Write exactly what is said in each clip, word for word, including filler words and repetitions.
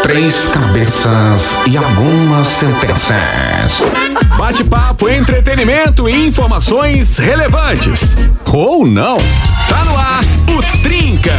Três cabeças e algumas sentenças. Bate-papo, entretenimento e informações relevantes. Ou não. Tá no ar o Trinca.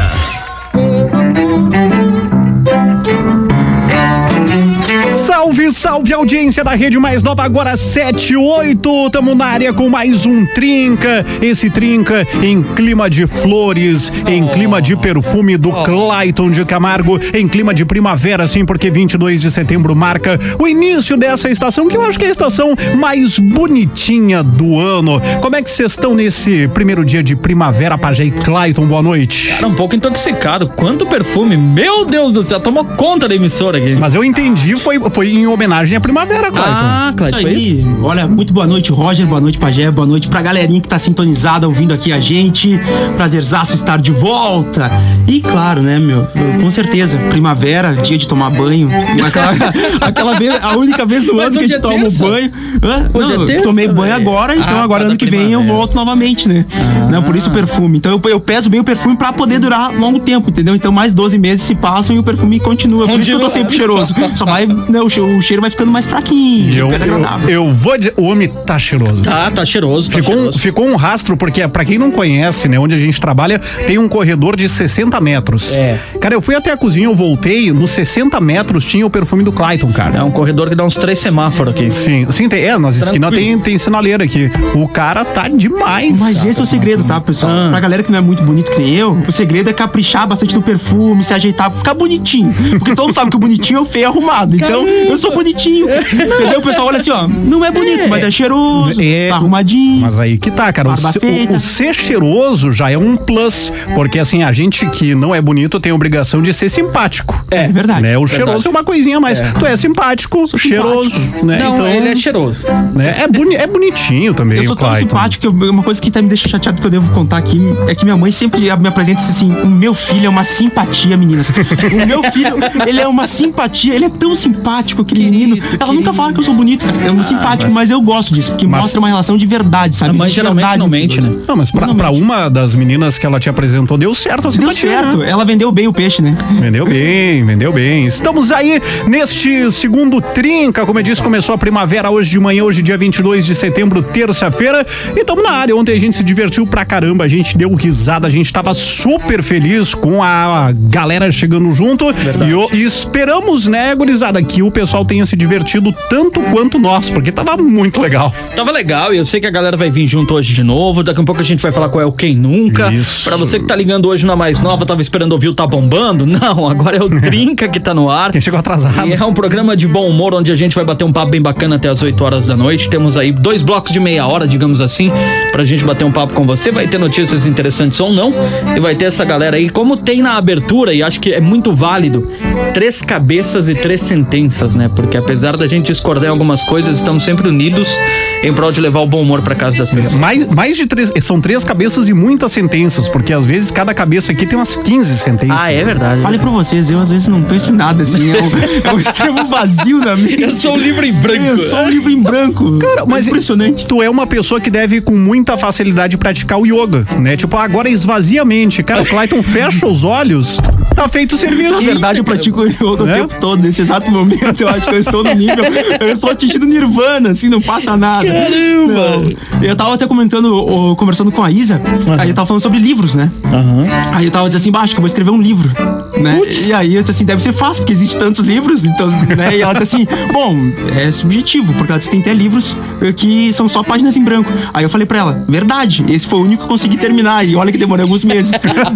Salve, salve audiência da Rede Mais Nova, agora sete e oito, tamo na área com mais um Trinca, esse Trinca em clima de flores, em clima de perfume do Clayton de Camargo, em clima de primavera, sim, porque vinte e dois de setembro marca o início dessa estação, que eu acho que é a estação mais bonitinha do ano. Como é que vocês estão nesse primeiro dia de primavera, Pajé e Clayton? Boa noite. Cara, um pouco intoxicado, quanto perfume, meu Deus do céu, tomou conta da emissora aqui. Mas eu entendi, foi, foi em homenagem à primavera, Clayton. Ah, Clayton, isso aí. Isso? Olha, muito boa noite, Roger, boa noite, Pajé, boa noite pra galerinha que tá sintonizada ouvindo aqui a gente. Prazerzaço estar de volta. E claro, né, meu, com certeza, primavera, dia de tomar banho. Aquela, aquela vez, a única vez do ano que a gente é toma o banho. Hã? Não, é terça, tomei banho véio. agora, então ah, agora ano que primavera. vem eu volto novamente, né? Ah. Não, por isso o perfume. Então eu, eu peso bem o perfume pra poder durar longo tempo, entendeu? Então mais doze meses se passam e o perfume continua. Por continua. isso que eu tô sempre cheiroso. Só vai, né, o, o cheiro vai ficando mais fraquinho. Eu, eu, eu vou dizer, o homem tá cheiroso. Tá, tá cheiroso. Tá ficou, cheiroso. Um, ficou um rastro, porque pra quem não conhece, né, onde a gente trabalha, tem um corredor de sessenta metros. É. Cara, eu fui até a cozinha, eu voltei, nos sessenta metros tinha o perfume do Clayton, cara. É um corredor que dá uns três semáforos aqui. Sim, sim, tem, é, nas esquinas tem, tem sinaleira aqui. O cara tá demais. Mas cara. esse é o segredo, tá, pessoal? Ah. Pra galera que não é muito bonito que nem eu, o segredo é caprichar bastante no perfume, se ajeitar, ficar bonitinho. Porque todo mundo sabe que o bonitinho é o feio arrumado. Então, Caramba. eu sou bonitinho. Entendeu? O pessoal olha assim, ó, não é bonito, é. mas é cheiroso, é. tá arrumadinho. Mas aí que tá, cara. O, o, o ser cheiroso já é um plus, porque assim, a gente que não é bonito tem a obrigação de ser simpático. É, verdade. Né? O verdade. cheiroso é uma coisinha a mais. É. Tu é simpático, sou cheiroso. Simpático. Né? Não, então, ele é cheiroso. Né? É, boni é bonitinho também. Eu sou tão Clayton. simpático que eu, uma coisa que tá me deixa chateado que eu devo contar aqui é que minha mãe sempre me apresenta assim, o meu filho é uma simpatia, meninas. O meu filho, ele é uma simpatia, ele é tão simpático, aquele querido, menino. Ela querido. nunca fala que eu sou bonito, cara. É um ah, simpático, mas... mas eu gosto disso, porque mas... mostra uma relação de verdade, sabe? A mãe geralmente não mente, né? Não, mas pra, pra uma das meninas que ela te apresentou, deu certo a simpatia. Deu certo, né? Ela vendeu bem o peixe, né? Vendeu bem, vendeu bem. Estamos aí neste segundo Trinca, como eu disse, começou a primavera hoje de manhã, hoje dia vinte e dois de setembro, terça-feira, e estamos na área. Ontem a gente se divertiu pra caramba, a gente deu risada, a gente tava super feliz com a galera chegando junto. E, e esperamos, né, gurizada, que o pessoal tenha se divertido tanto quanto nós, porque tava muito legal. Tava legal, e eu sei que a galera vai vir junto hoje de novo, daqui a pouco a gente vai falar qual é o Quem Nunca. Isso. Pra você que tá ligando hoje na Mais Nova, tava esperando ouvir o Tá Bombando? Não, agora é o Trinca que tá no ar. Quem chegou atrasado. E é um programa de bom humor, onde a gente vai bater um papo bem bacana até as oito horas da noite. Temos aí dois blocos de meia hora, digamos assim, pra gente bater um papo com você. Vai ter notícias interessantes ou não, e vai ter essa galera aí, como tem na abertura, e acho que é muito válido, três cabeças e três sentenças, né? Porque apesar da gente discordar em algumas coisas, estamos sempre unidos em prol de levar o bom humor pra casa das pessoas. Mais, mais de três, são três cabeças e muitas sentenças, porque às vezes cada cabeça aqui tem umas quinze sentenças. Ah, é verdade. Falei pra vocês, eu às vezes não penso em nada, assim, é um, é um extremo vazio na mente. Eu sou um livro em branco. Eu sou um livro em branco. Cara, mas é impressionante. Tu é uma pessoa que deve com muita facilidade praticar o yoga, né? Tipo, agora esvazia a mente. Cara, o Clayton fecha os olhos, tá feito o serviço. Na verdade, eu pratico yoga é? o tempo todo. Nesse exato momento, eu acho que eu estou no nível, eu estou atingindo nirvana, assim, não passa nada. Caramba! Não. Eu tava até comentando, ou, conversando com a Isa, uhum. aí eu tava falando sobre livros, né? Uhum. Aí eu tava dizendo assim, baixo, que eu vou escrever um livro, né? Putz. E aí eu disse assim, deve ser fácil, porque existem tantos livros, então, né? E ela disse assim, bom, é subjetivo, porque ela disse, tem até livros que são só páginas em branco. Aí eu falei pra ela, verdade, esse foi o único que eu consegui terminar, e olha que demorei alguns meses.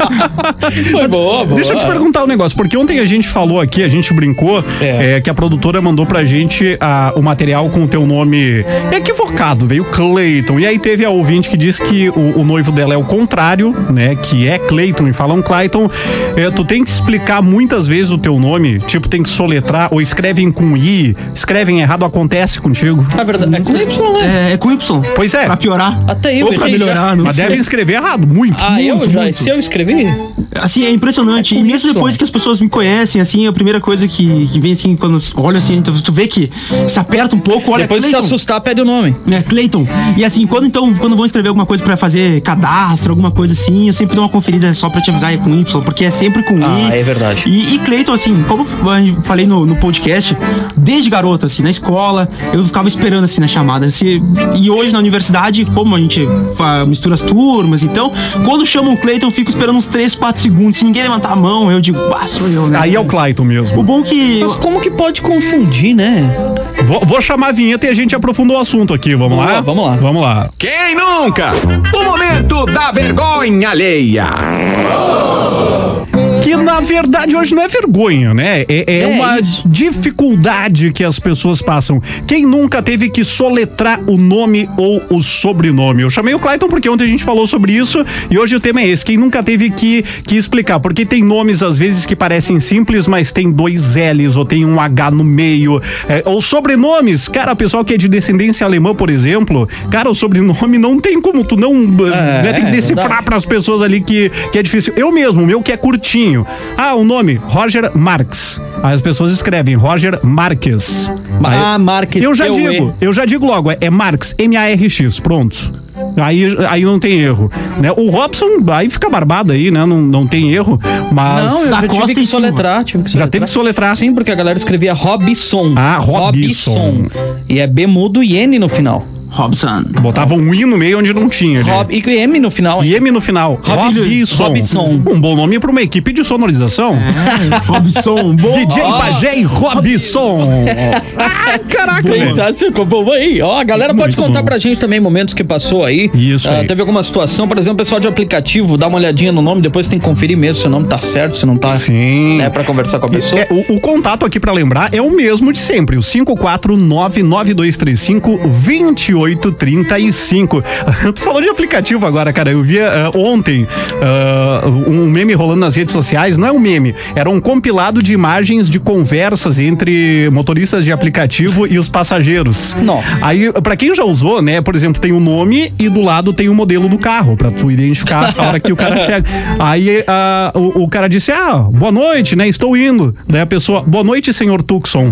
Foi boa, boa. Deixa eu te perguntar um negócio, porque ontem a gente falou aqui, a gente brincou, é. É, que a produtora mandou pra gente a, o material com o teu nome equivocado, veio Clayton, e aí teve a ouvinte que disse que o, o noivo dela é o contrário, né, que é Clayton e falam Clayton. É, tu tem que explicar muitas vezes o teu nome, tipo, tem que soletrar, ou escrevem com I, escrevem errado, acontece contigo. É verdade, é com Y, né? É, é com Y. Pois é. Pra piorar. Até eu, ou pra melhorar, não Mas sei. devem escrever errado, muito, ah, muito, eu já, muito. Se eu escrevi... Assim, é impressionante. É e mesmo depois que as pessoas me conhecem, assim, a primeira coisa que, que vem, assim, quando olha assim, tu, tu vê que se aperta um pouco, olha, depois Clayton. Se assustar, pede o nome. É, Clayton. E assim, quando então, quando vão escrever alguma coisa pra fazer cadastro, alguma coisa assim, eu sempre dou uma conferida só pra te avisar, é com Y, porque é sempre com I. Ah, É, é verdade. E, e Cleiton, assim, como eu falei no, no podcast, desde garoto, assim, na escola, eu ficava esperando, assim, na chamada. Assim, e hoje na universidade, como a gente fa, mistura as turmas, então, quando chamam o Cleiton, eu fico esperando uns três, quatro segundos. Se ninguém levantar a mão, eu digo, ah, sou eu, né? Aí é o Cleiton mesmo. O bom que... Mas como que pode confundir, né? Vou, vou chamar a vinheta e a gente aprofunda o assunto aqui, vamos Boa, lá? vamos lá. Vamos lá. Quem nunca? O momento da vergonha alheia. Que na verdade hoje não é vergonha, né? É, é, É uma isso. dificuldade que as pessoas passam. Quem nunca teve que soletrar o nome ou o sobrenome? Eu chamei o Cleiton porque ontem a gente falou sobre isso e hoje o tema é esse. Quem nunca teve que, que explicar? Porque tem nomes às vezes que parecem simples, mas tem dois L's ou tem um H no meio. É, ou sobrenomes. Cara, pessoal que é de descendência alemã, por exemplo, cara, o sobrenome não tem como tu não... É, né, tem que é decifrar verdade. para as pessoas ali que, que é difícil. Eu mesmo, o meu que é curtinho. Ah, o nome, Roger Marques. Aí as pessoas escrevem Roger Marques. Aí, Ah, Marques. eu já eu, digo, hein? eu já digo logo, é, é Marques, M A R X, pronto. Aí, aí não tem erro, né? O Robson, aí fica barbado aí, né? Não, não tem erro, mas... Não, eu da já Costa tive que em cima. soletrar, tive que Já soletrar. teve que soletrar. Sim, porque a galera escrevia Robson. Ah, Robson. E é B mudo e N no final. Robson. Botava um I no meio onde não tinha. ali. Rob, e M no final. E M no final. Robson. Robson. Um bom nome para uma equipe de sonorização. Robson, bom. D J Ó. Pajé e Robson. Ah, caraca, velho. Sensacional. Bom, aí, ó, a galera pode Muito contar bom. pra gente também momentos que passou aí. Isso Ah, aí. Teve alguma situação, por exemplo, o pessoal de aplicativo, dá uma olhadinha no nome, depois tem que conferir mesmo se o nome tá certo, se não tá. Sim. Né, pra conversar com a pessoa. É, o, o contato aqui pra lembrar é o mesmo de sempre, o cinco quatro nove nove dois três cinco dois oito três cinco. Tu falou de aplicativo agora, cara. Eu via uh, ontem uh, um meme rolando nas redes sociais. Não é um meme, era um compilado de imagens de conversas entre motoristas de aplicativo e os passageiros. Nossa. Aí, pra quem já usou, né, por exemplo, tem o nome e do lado tem o modelo do carro, pra tu identificar a hora que o cara chega. Aí uh, o, o cara disse, ah, boa noite, né, estou indo. Daí a pessoa, boa noite, senhor Tucson.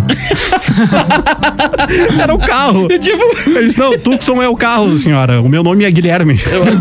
Era o carro. Tipo- Ele disse, não, Tucson é o carro, senhora. O meu nome é Guilherme.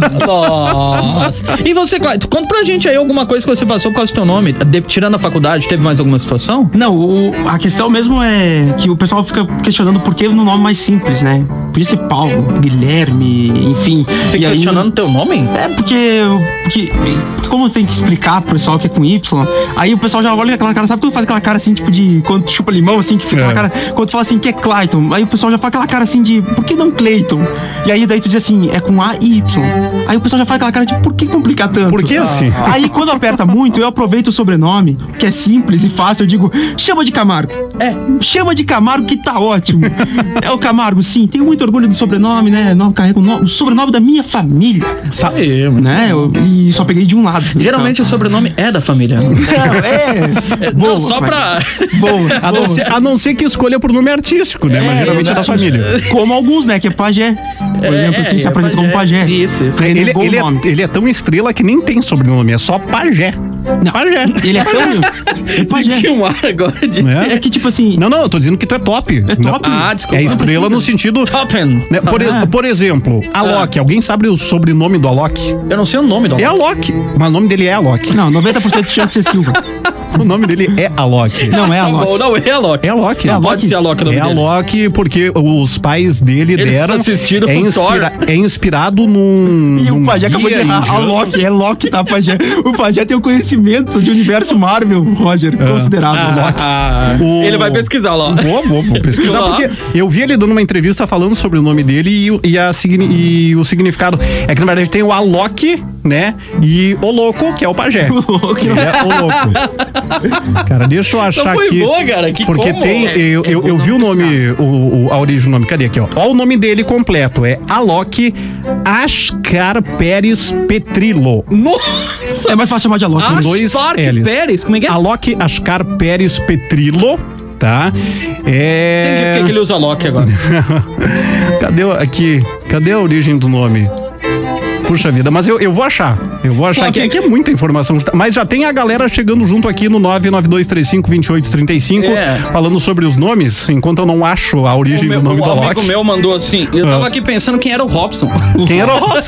Nossa. E você, Cleiton, conta pra gente aí alguma coisa que você passou por causa do teu nome. De- tirando a faculdade, teve mais alguma situação? Não, o- a questão mesmo é que o pessoal fica questionando por que no nome mais simples, né? Podia ser Paulo, Guilherme, enfim. Fica E aí- questionando teu nome? É porque, porque, porque como tem que explicar pro pessoal que é com Y, aí o pessoal já olha aquela cara, sabe quando faz aquela cara assim, tipo de, quando tu chupa limão, assim, que fica É. aquela cara, quando tu fala assim que é Cleiton, aí o pessoal já faz aquela cara assim de, por que não Cleiton? E aí daí tu diz assim, é com A e Y. Aí o pessoal já faz aquela cara de, por que complicar tanto? Por que assim? Aí quando aperta muito, eu aproveito o sobrenome, que é simples e fácil, eu digo, chama de Camargo. É, chama de Camargo que tá ótimo. É o Camargo, sim, tenho muito orgulho do sobrenome, né? Não, carrego o, nome, o sobrenome da minha família. Isso aí, mano. Né? Eu- e só peguei de um lado. Geralmente o sobrenome é da família. É, é. Não, Boa, só pai. pra. Boa, A não, boa. ser, a não ser que escolha por nome artístico, né? Mas geralmente é da família. Como alguns, né? Que é pajé. Por exemplo, assim, se é apresenta como pajé. Isso, isso. Ele, Renegou ele, o nome. é, ele é tão estrela que nem tem sobrenome, é só Pajé. Não, Pajé. ele é tão. É pajé. Senti um ar agora de. Né? É que tipo assim. Não, não, eu tô dizendo que tu é top. É top? Ah, desculpa. É estrela no sentido. Toppen. Né? Por, ex- Ah. por exemplo, Alok. Alguém sabe o sobrenome do Alok? Eu não sei o nome do É Alok, mas o nome dele é Alok. Não, noventa por cento de chance de ser Silva. O nome dele é Alok. Não, é Tá a bom, Loki. não, é Alok. É Alok. Não pode ser Alok o nome É dele. Alok porque os pais dele Eles deram. assistiram é, com Thor. é inspirado num. E o num Pajé acabou de guia errar. A indiano. Loki, é Loki, tá, Pajé? O Pajé tem o conhecimento de universo Marvel, Roger, considerável. Loki. Ah, O- Ele vai pesquisar lá. Vou, vou, vou pesquisar, Lá. porque eu vi ele dando uma entrevista falando sobre o nome dele e, o- e, a, signi- e o significado. É que na verdade tem o Alok, né? E o Louco, que é o Pajé. O Louco. É o Louco. Cara, deixa eu achar Não foi aqui. boa, cara, que porque como? tem. É- Eu, eu, bom eu vi o não nome, o, o- a origem do nome. Cadê aqui, ó? Ó, o nome dele completo. É Alok Ascar Pérez Petrilo. Nossa! É mais fácil chamar de Loki. Com Ash dois Park L's. Pérez, como é que é? Alok Ascar Pérez Petrilo, tá? É. Entendi porque que ele usa Loki agora. Cadê o- aqui? Cadê a origem do nome? Puxa vida, mas eu, eu vou achar. Eu vou achar que é, que é muita informação. Mas já tem a galera chegando junto aqui no nove nove dois três cinco, dois oito três cinco, É. falando sobre os nomes, enquanto eu não acho a origem O meu, do nome o do amigo Alok. meu mandou assim, eu tava Ah. aqui pensando quem era o Robson. Quem era o Robson?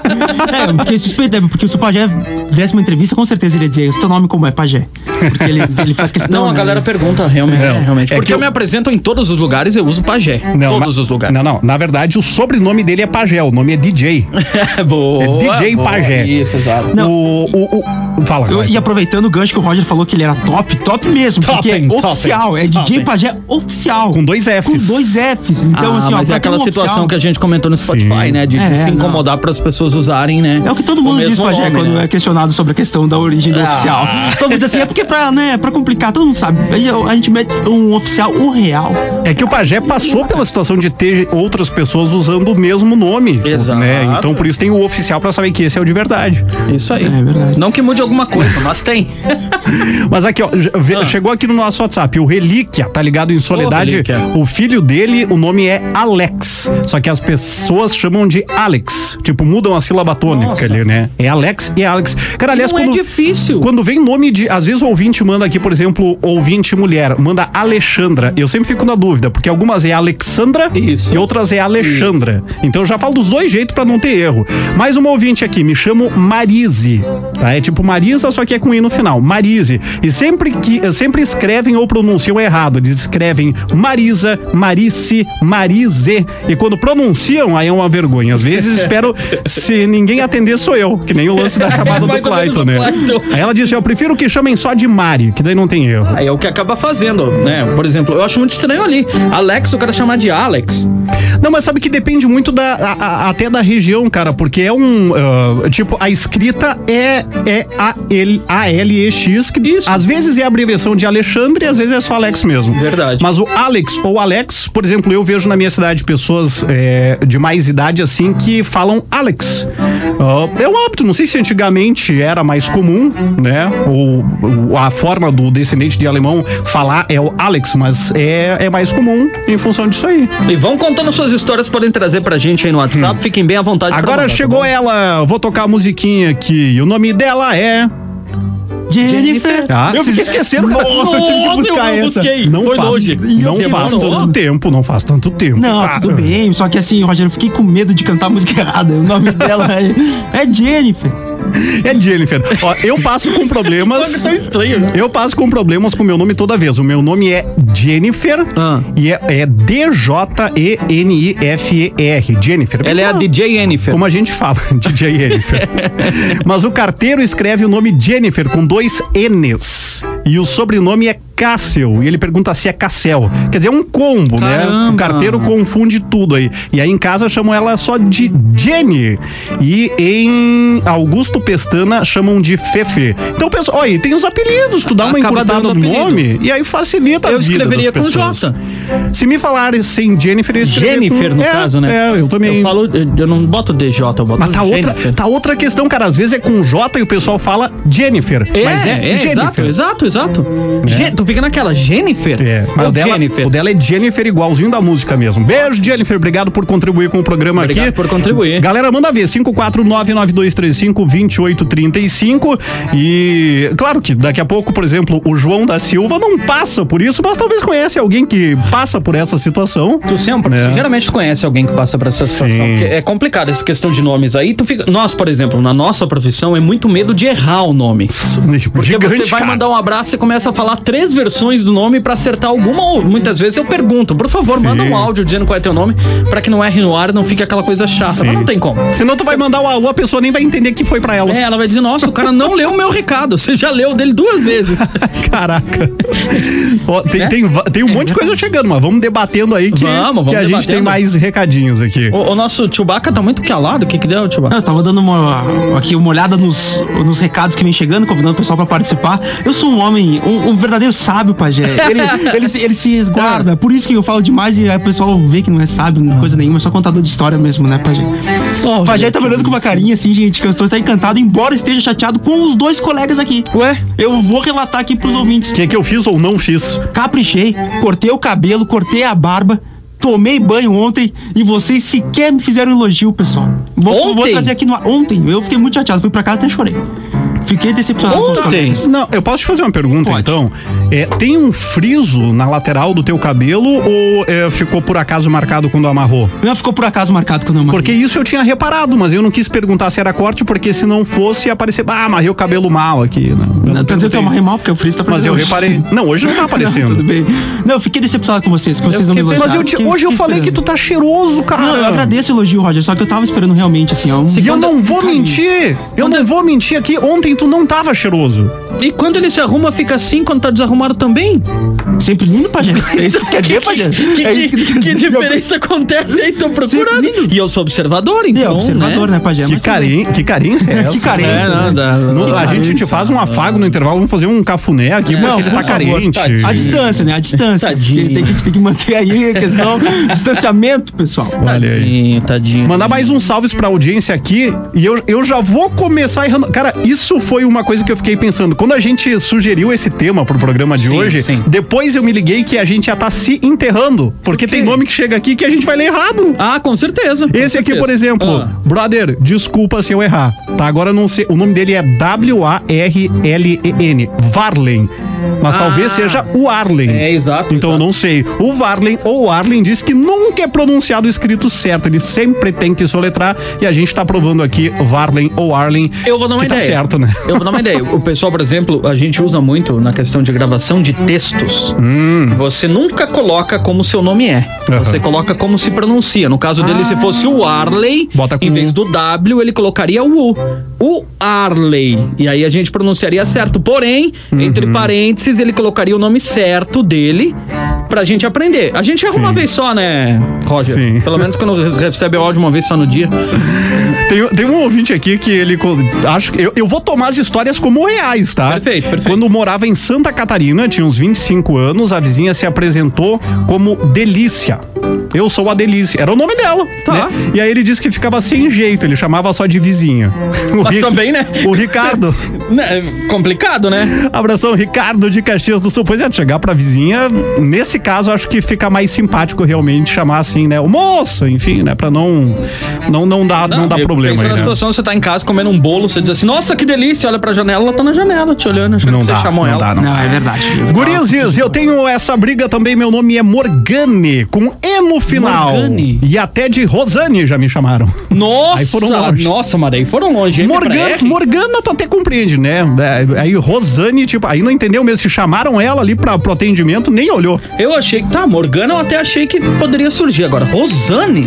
É, eu fiquei suspeito, porque se o Pajé desse uma entrevista, com certeza ele ia dizer, o seu nome como é, Pajé? Porque ele, ele faz questão, Não, a né? galera pergunta realmente. Não, realmente. é Porque que eu eu- me apresento em todos os lugares, eu uso pajé. Não, todos na- os lugares. Não, não. Na verdade, o sobrenome dele é Pajé. O nome é D J. Boa, É D J boa. Pajé. Isso, exato. Não. O, o, o- Fala, Eu- vai. e aproveitando o gancho que o Roger falou que ele era top, top mesmo, porque é Topping, oficial, topping, é D J topping. Pajé oficial. Com dois Fs. Com dois Fs. Então, ah, assim, ó, mas é pra ter aquela um situação oficial, que a gente comentou no Spotify, Sim. né? De, de É, se não. incomodar para as pessoas usarem, né? É o que todo mundo diz, mesmo Pajé, nome, quando né? é questionado sobre a questão da origem do Ah. oficial. Todo mundo diz assim, é porque pra, né, pra complicar, todo mundo sabe. A gente- A gente mete um oficial, o real. É que o Pajé passou pela situação de ter outras pessoas usando o mesmo nome. Exato. Né? Então, por isso tem o oficial pra saber que esse é o de verdade. Isso aí. É verdade. Não que mude alguma coisa, mas tem. Mas aqui, ó, vê- Ah. chegou aqui no nosso WhatsApp, o Relíquia, tá ligado em Soledade? Relíquia. O filho dele, o nome é Alex. Só que as pessoas chamam de Alex. Tipo, mudam a sílaba tônica Nossa. ali, né? É Alex e Alex. Cara, aliás, Não é quando, difícil. quando vem nome de. Às vezes o ouvinte manda aqui, por exemplo, ouvinte mulher, manda Alexandra. Eu sempre fico na dúvida, porque algumas é Alexandra Isso. e outras é Alexandra. Então eu já falo dos dois jeitos pra não ter erro. Mais uma ouvinte aqui, me chamo Marise. Tá? É tipo Marisa, só que é com I no final. Marise. E sempre que sempre escrevem ou pronunciam errado. Eles escrevem Marisa, Marice, Marize. E quando pronunciam, aí é uma vergonha. Às vezes espero, se ninguém atender, sou eu. Que nem o lance da chamada do Mais ou menos Clayton, o né? Clayton. Aí ela disse, eu prefiro que chamem só de Mari, que daí não tem erro. Aí é o que acaba fazendo, né? Por exemplo, eu acho muito estranho ali. Alex, o cara chamar de Alex. Não, mas sabe que depende muito da, a- a- até da região, cara, porque é um, ah, tipo, a escrita é, é A L E X, que Isso. às vezes é a abreviação de Alexandre e às vezes é só Alex mesmo. Verdade. Mas o Alex ou Alex, por exemplo, eu vejo na minha cidade pessoas é, de mais idade assim que falam Alex. Ah, é um hábito, não sei se antigamente era mais comum, né? Ou, ou a forma do descendente de alemão falar é o Alex, mas é, é mais comum em função disso aí. E vão contando suas histórias, podem trazer pra gente aí no WhatsApp. Fiquem bem à vontade. pra Agora mandar, tá chegou bom? ela, vou tocar a musiquinha aqui. E o nome dela é. Jennifer. Ah, Eu vocês fiquei- esqueceram, cara. Nossa, eu tive que Nossa, buscar eu essa. busquei. Não Foi faz, longe. não Eu faz demorou. tanto tempo, não faz tanto tempo. Não, cara. tudo bem, só que assim, Rogério, eu fiquei com medo de cantar a música errada. O nome dela é, é Jennifer. É Jennifer. Ó, eu passo com Nome problemas. tão estranho, né? Eu passo com problemas com o meu nome toda vez. O meu nome é Jennifer Ah. e é, é D J E N I F E R. Jennifer. Ela é a D J Jennifer. Como a gente fala, D J Jennifer. Mas o carteiro escreve o nome Jennifer com dois N's. E o sobrenome é Cássio. E ele pergunta se é Cassel. Quer dizer, é um combo, né? Caramba. O carteiro confunde tudo aí. E aí em casa chamam ela só de Jenny. E em Augusto Pestana chamam de Fefe. Então, pessoal, olha, tem os apelidos. Tu dá uma Acaba encurtada dando no apelido. nome e aí facilita Eu a vida escreveria das com pessoas. J. Se me falarem sem Jennifer, eu escreveria Jennifer, com... no é, caso, né? É, eu também. Eu falo, eu- eu não boto D J, eu boto Mas tá outra, Jennifer. tá outra questão, cara. Às vezes é com J e o pessoal fala Jennifer. É, mas é, é, Jennifer. exato, exato, exato. Gen- tu fica naquela Jennifer? É, mas Ou o dela, Jennifer? o dela é Jennifer, igualzinho da música mesmo. Beijo, Jennifer. Obrigado por contribuir com o programa Obrigado aqui. por contribuir. Galera, manda ver. cinco quatro nove nove dois três cinco dois oito três cinco. E claro que daqui a pouco, por exemplo, o João da Silva não passa por isso, mas talvez conhece alguém que passa por essa situação. Tu sempre, né? geralmente tu conhece alguém que passa por essa situação. Sim. Porque é complicado essa questão de nomes aí. Tu fica, nós, por exemplo, na nossa profissão, é muito medo de errar o nome. Porque Gigante, você vai cara. mandar um abraço e começa a falar três versões do nome pra acertar alguma. Ou muitas vezes eu pergunto, por favor, Sim. manda um áudio dizendo qual é teu nome pra que não erre no ar e não fique aquela coisa chata. Sim. Mas não tem como. Senão tu vai mandar o alô, a pessoa nem vai entender que foi pra ela. É, ela vai dizer, nossa, o cara não leu o meu recado. Você já leu dele duas vezes. Caraca. Ó, tem, Né? tem, va- tem um monte de coisa chegando, mas vamos debatendo aí que, Vamos, vamos que a gente debatendo. tem mais recadinhos aqui. O, o nosso Chewbacca tá muito calado. O que que deu, Chewbacca? Eu tava dando uma, aqui uma olhada nos, nos recados que vem chegando, convidando o pessoal pra participar. Eu sou um homem, um, um verdadeiro sábio, Pajé. Ele, ele, se- ele se resguarda. Por isso que eu falo demais e aí o pessoal vê que não é sábio, coisa nenhuma, é só contador de história mesmo, né, Pajé? Oh, O Pajé tá me olhando com uma carinha assim, gente, que eu estou encantado, embora esteja chateado com os dois colegas aqui. Ué? Eu vou relatar aqui pros ouvintes. O que é que eu fiz ou não fiz? Caprichei, cortei o cabelo, cortei a barba. tomei banho ontem e vocês sequer me fizeram elogio, pessoal. Vou, Ontem? vou trazer aqui no... Ontem, eu fiquei muito chateado. Fui pra casa e até chorei. Fiquei decepcionado com os Ontem? colegas. Não, eu posso te fazer uma pergunta, Pode. então? É, tem um friso na lateral do teu cabelo ou é, ficou por acaso marcado quando amarrou? Não, ficou por acaso marcado quando eu amarrei. Porque isso eu tinha reparado, mas eu não quis perguntar se era corte, porque se não fosse, ia aparecer, ah, amarrei o cabelo mal aqui. Né? Eu Não, tá dizendo que eu amarrei mal, porque o friso tá Mas aparecendo eu hoje. reparei. Não, hoje não tá aparecendo. Não, tudo bem. Não, eu fiquei decepcionado com vocês, que vocês não me fiquei elogiaram. Mas eu te- Fiquei- hoje eu fiquei falei que tu esperando. tá cheiroso, cara. Não, eu agradeço o elogio, Roger, só que eu tava esperando realmente, assim, ó. Um... E eu Quando- não vou carinho. mentir. Eu não vou mentir aqui. Ontem tu não tava cheiroso. E quando ele se arruma, fica assim, quando tá desarrumado também? Sempre lindo, Pajé. É isso que tu quer dizer, Pajé? Que, É isso que, que tu quer que dizer. diferença acontece aí? Tô procurando. Sempre lindo. E eu sou observador, É, então, observador, né, Pajé? Que, Mas carinho, que carência é essa? Que carência, É, né? não, dá. No- Que a gente carência. te faz um afago no intervalo, vamos fazer um cafuné aqui, porque Não, ele tá por favor, carente. tadinho. A distância, né? A distância. Tadinho. Porque Tem que, a gente tem que manter aí a questão distanciamento, pessoal. Olha aí. Tadinho, tadinho. Mandar mais uns salves pra audiência aqui e eu, eu já vou começar errando. Cara, isso foi uma coisa que eu fiquei pensando. Quando a gente sugeriu esse tema pro programa de Sim, hoje, sim. depois eu me liguei que a gente já tá se enterrando. Porque tem nome que chega aqui que a gente vai ler errado. Ah, com certeza. com Esse aqui, certeza. por exemplo, Ah. brother, desculpa se eu errar, tá? Agora eu não sei, o nome dele é W A R L E N, Varlen. Mas Ah. talvez seja o Arlen. É, exato, Então eu exato. não sei. O Varlen ou o Arlen diz que nunca é pronunciado o escrito certo. Ele sempre tem que soletrar e a gente tá provando aqui Varlen ou Arlen. Eu vou dar uma que ideia. tá certo, né? Eu vou dar uma ideia. O pessoal, por exemplo, a gente usa muito na questão de gravação de textos. Você nunca coloca como seu nome é. Hum. Aham. Você coloca como se pronuncia. No caso dele, se fosse o Arley, Bota com em vez U. do W, ele colocaria o U. O Arley. E aí a gente pronunciaria certo. Porém, Uhum. entre parênteses, ele colocaria o nome certo dele pra gente aprender. A gente erra Sim. uma vez só, né, Roger? Sim. Pelo menos quando recebe o áudio uma vez só no dia. Tem, tem um ouvinte aqui que ele. co- Acho que eu, eu vou tomar as histórias como reais, tá? Perfeito, perfeito. Quando morava em Santa Catarina, tinha uns vinte e cinco anos, a vizinha se apresentou como Delícia. Eu sou a Delícia. Era o nome dela. Tá. Né? E aí ele disse que ficava sem jeito, ele chamava só de vizinha. O Mas Ri- também, né? O Ricardo. Né, complicado, né? Abração, Ricardo de Caxias do Sul. Pois é, chegar pra vizinha, nesse caso, acho que fica mais simpático realmente chamar assim, né? O moço, enfim, né? Pra não, não, não dar, não, dar eu problema penso aí, na né? situação, você tá em casa comendo um bolo, você diz assim, nossa, que delícia, olha pra janela, ela tá na janela te olhando, achando Não que dá, você chamou não ela. dá, não. Não, é verdade. Gurizes, eu tenho essa briga também, meu nome é Morgane, com E no final. Morgane. E até de Rosane já me chamaram. Nossa, Aí foram longe. nossa, mas aí foram longe. M pra Morgana, R. Morgana tu até compreende, né? É, aí Rosane, tipo, aí não entendeu mesmo, se chamaram ela ali pra, pro atendimento, nem olhou. Eu achei que, tá, Morgana eu até achei que poderia surgir. Agora, Rosane?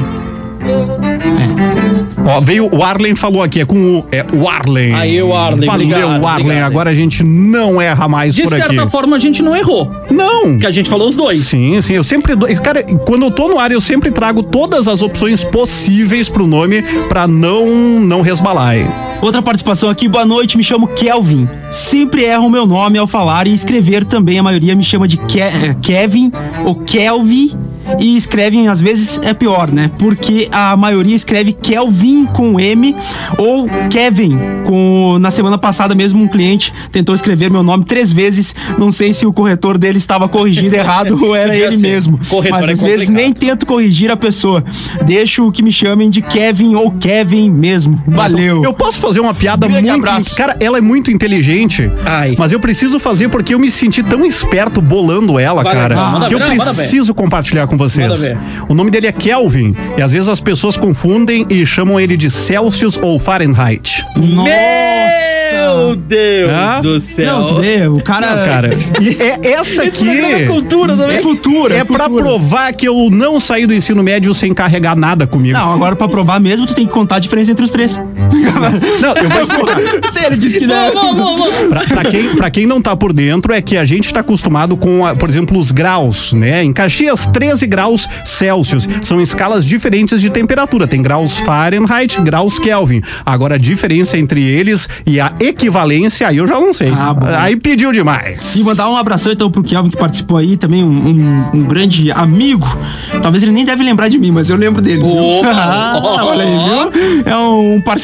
Ó, veio o Arlen, falou aqui, é com o, é o Arlen. Aí, o Arlen, Valeu, obrigado, o Arlen, obrigado. agora a gente não erra mais De por aqui. certa forma, a gente não errou. Não. Que a gente falou os dois. Sim, sim, eu sempre dou, cara, quando eu tô no ar eu sempre trago todas as opções possíveis pro nome pra não não resbalar. hein? Outra participação aqui, boa noite, me chamo Kelvin. Sempre erro o meu nome ao falar e escrever também. A maioria me chama de Ke eh, Kevin ou Kelvin. E escrevem, às vezes é pior, né? Porque a maioria escreve Kelvin com M ou Kevin. Com... Na semana passada mesmo um cliente tentou escrever meu nome três vezes. Não sei se o corretor dele estava corrigindo errado ou era Podia ele ser. mesmo. Corretor Mas é às vezes complicado. nem tento corrigir a pessoa. Deixo que me chamem de Kevin ou Kevin mesmo. Valeu. Eu posso fazer uma piada Grande muito. abraço. Cara, ela é muito inteligente. Ai. Mas eu preciso fazer porque eu me senti tão esperto bolando ela, Vai, cara. não, manda que eu ver, não, manda ver. preciso compartilhar com vocês. Manda ver. O nome dele é Kelvin. E às vezes as pessoas confundem e chamam ele de Celsius ou Fahrenheit. Meu Deus Hã? do céu. Não, tu vê, o cara. Não, cara. E é essa Isso aqui. é cultura também. É cultura. É pra cultura. provar que eu não saí do ensino médio sem carregar nada comigo. Não, agora pra provar mesmo, tu tem que contar a diferença entre os três. Não, eu vou explicar. Se ele disse que não. Vamos, vamos, vamos. Pra, pra quem, pra quem não tá por dentro, é que a gente tá acostumado com, a- por exemplo, os graus, né? Em Caxias, treze graus Celsius. São escalas diferentes de temperatura. Tem graus Fahrenheit, graus Kelvin. Agora, a diferença entre eles e a equivalência, aí eu já não sei. Ah, bom. Aí pediu demais. E mandar um abração então pro Kelvin que participou aí, também um, um, um grande amigo. Talvez ele nem deve lembrar de mim, mas eu lembro dele. Viu? Opa! Ah, olha aí, viu? É um parceirão.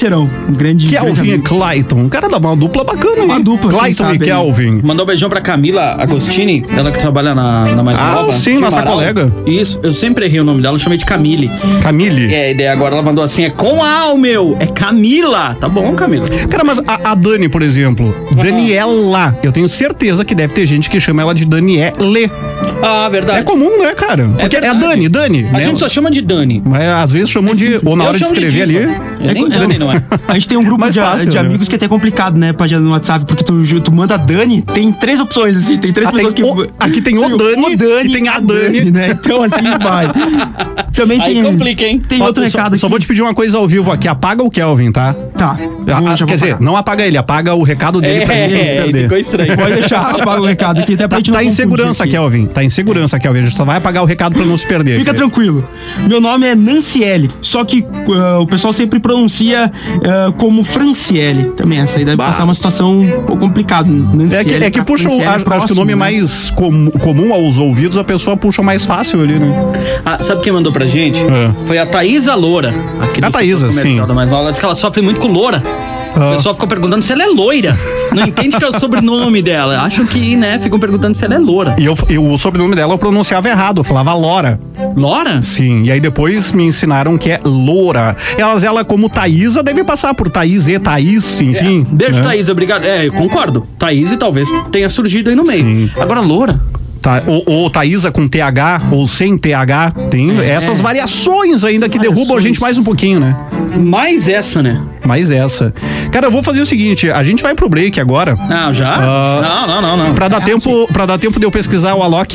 Um grande. Kelvin e Clayton. O cara dá uma dupla bacana, Uma hein? dupla, quem Clayton sabe e aí. Kelvin. Mandou um beijão pra Camila Agostini, ela que trabalha na, na Mais Ah, Nova. sim, de nossa Amaral. colega. Isso, eu sempre errei o nome dela, eu chamei de Camille. Camille. É, e daí agora ela mandou assim, é com A, o meu, é Camila. Tá bom, Camila. Cara, mas a, a Dani, por exemplo, Daniela, eu tenho certeza que deve ter gente que chama ela de Daniele. Ah, verdade. É comum, né, cara? Porque é, verdade. Dani, Dani. A né? gente só chama de Dani. Mas às vezes chamam de. Ou na Eu hora de chamo de escrever diva. ali. É nem Dani, não é? A gente tem um grupo Mais de, fácil, de né? amigos que é até complicado, né, Pajé, no WhatsApp, porque tu, tu manda Dani, tem três opções, assim, tem três Ah, tem pessoas que. o- aqui tem o Dani e tem a Dani. né? Então assim vai. Também Aí tem. complica, hein? Tem Ó, outro só, recado só aqui. vou te pedir uma coisa ao vivo aqui. Apaga o Kelvin, tá? Tá. Ah, vou- ah, já vou quer dizer, apagar. não apaga ele, apaga o recado dele pra gente não se É, perder. ficou estranho. Pode deixar, apaga o recado aqui, até pra Tá, gente não tá em confundir segurança, aqui. Kelvin. Tá em segurança, Kelvin. A gente só vai apagar o recado pra não se perder. Fica aqui. tranquilo. Meu nome é Nanciele, só que uh, o pessoal sempre pronuncia uh, como Franciele. Também essa aí deve Bah. passar uma situação um pouco complicada. É Nanciele, que, é que tá- puxa, o, Nanciele acho, acho que o próximo, nome né? mais com- comum aos ouvidos, a pessoa puxa mais fácil ali, né? Ah, sabe quem mandou pra gente? É. Foi a Thaísa Loura. Aqui A do Thaísa, setor comercial sim. da Mais Nova. Ela disse que ela sofre muito com loura. Ah. O pessoal ficou perguntando se ela é loira. Não entende que é o sobrenome dela. Acham que, né, ficam perguntando se ela é loura. E eu, eu- o sobrenome dela eu pronunciava errado, eu falava Lora. Lora? Sim, e aí depois me ensinaram que é Loura. Elas, ela como Thaísa, deve passar por Thaís e Thaís, enfim. Beijo, né? Thaís, obrigado. É, eu concordo. Thaís talvez tenha surgido aí no meio. Sim. Agora, loura? Tá, ou, ou Thaísa com T H, ou sem T H. Tem essas variações ainda que derrubam a variações. gente mais um pouquinho, né? Mais essa, né? Mais essa. Cara, eu vou fazer o seguinte, a gente vai pro break agora. Não, já? Ah, não, não, não, não. Pra dar, tempo, pra dar tempo de eu pesquisar o Alok.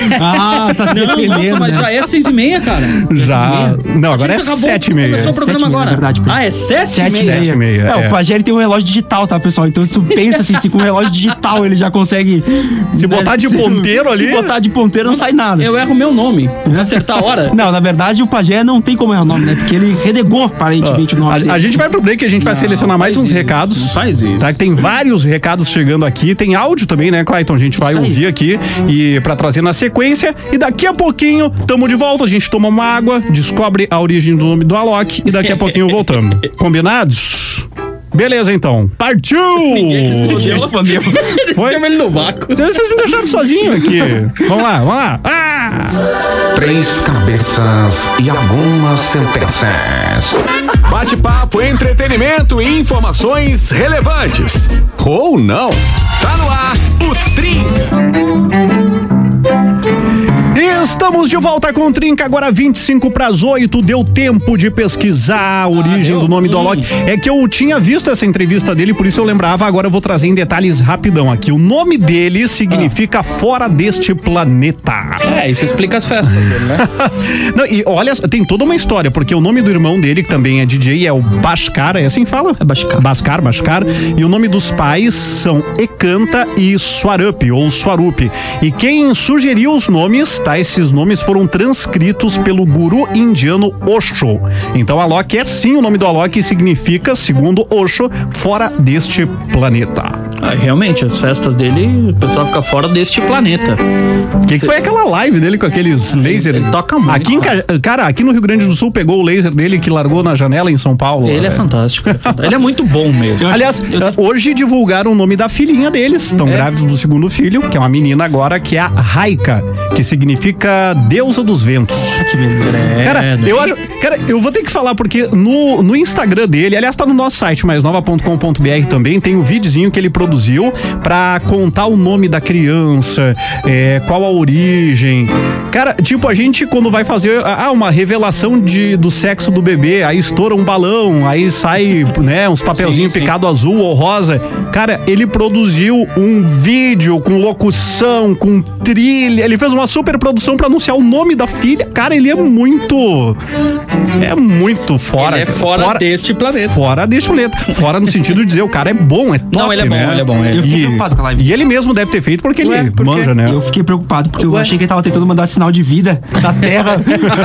Ah, tá se Não, defendendo, nossa, mas né? já é seis e meia, cara. Já. Não, agora é Gente, acabou, sete e meia. Começou o programa Sete e meia, agora. na verdade, ah, é sete, Sete e meia? Sete e meia, É, é. o Pajé ele tem um relógio digital, tá, pessoal? Então se tu pensa assim, se com um relógio digital ele já consegue... Se botar de ponteiro ali- Se botar de ponteiro não sai nada. Eu erro meu nome. Pra acertar a hora. Não, na verdade o Pajé não tem como errar o nome, né? Porque ele renegou aparentemente o nome dele. A, a gente vai pro break, a gente vai selecionar mais faz uns isso, recados. não faz isso. Tá? Que tem vários recados chegando aqui. Tem áudio também, né, Clayton? A gente vai Isso aí. ouvir aqui e pra trazer na sequência. E daqui a pouquinho, tamo de volta. A gente toma uma água, descobre a origem do nome do Alok e daqui a pouquinho voltamos. Combinados? Beleza, então. Partiu! Ninguém respondeu. Foi? Chama ele no vácuo. Vocês vocês me deixaram sozinho aqui. Vamos lá, vamos lá. Ah! Três cabeças e algumas sentenças. Bate-papo, entretenimento e informações relevantes. Ou não. Tá no ar o Trinca. Estamos de volta com o Trinca, agora vinte e cinco para as oito. Deu tempo de pesquisar a origem deu? do nome do Hum. Alok. É que eu tinha visto essa entrevista dele, por isso eu lembrava. Agora eu vou trazer em detalhes rapidão aqui. O nome dele significa fora deste planeta. É, isso explica as festas dele, né? Não, e olha, tem toda uma história, porque o nome do irmão dele, que também é D J, é o Bhaskar, é assim que fala? É Bhaskar. Bhaskar, Bhaskar. E o nome dos pais são Ekanta e Swarup, ou Swarup. E quem sugeriu os nomes, tá? Esses nomes foram transcritos pelo guru indiano Osho. Então Alok é sim o nome do Alok e significa, segundo Osho, fora deste planeta. Ah, realmente, as festas dele, o pessoal fica fora deste planeta. O que, que foi aquela live dele com aqueles lasers? ele toca muito, Aqui em, cara. Ca- cara, aqui no Rio Grande do Sul pegou o laser dele que largou na janela em São Paulo. Ele é velho. fantástico. Ele é, fantástico. Ele é muito bom mesmo. Aliás, hoje divulgaram o nome da filhinha deles. Estão É. grávidos do segundo filho, que é uma menina agora, que é a Raika, que significa deusa dos ventos. Que beleza. É, Cara, né? eu acho. Cara, eu vou ter que falar, porque no, no Instagram dele, aliás, tá no nosso site, mais nova ponto com ponto b r também, tem um videozinho que ele produziu pra contar o nome da criança, é, qual a origem. Cara, tipo, a gente quando vai fazer ah, uma revelação de, do sexo do bebê, aí estoura um balão, aí sai, né, uns papelzinhos Sim, sim. picado azul ou rosa. Cara, ele produziu um vídeo com locução, com trilha, ele fez uma super produção pra anunciar o nome da filha. Cara, ele é muito... É muito fora. Ele é fora deste planeta. Fora deste planeta. Fora no sentido de dizer, o cara é bom, é top, Não, ele é bom, né? ele ele é bom. É. Eu fiquei E, preocupado com a live. e ele mesmo deve ter feito porque Ué, ele por quê? manja, né? Eu fiquei preocupado, porque eu Ué? achei que ele tava tentando mandar sinal de vida da Terra.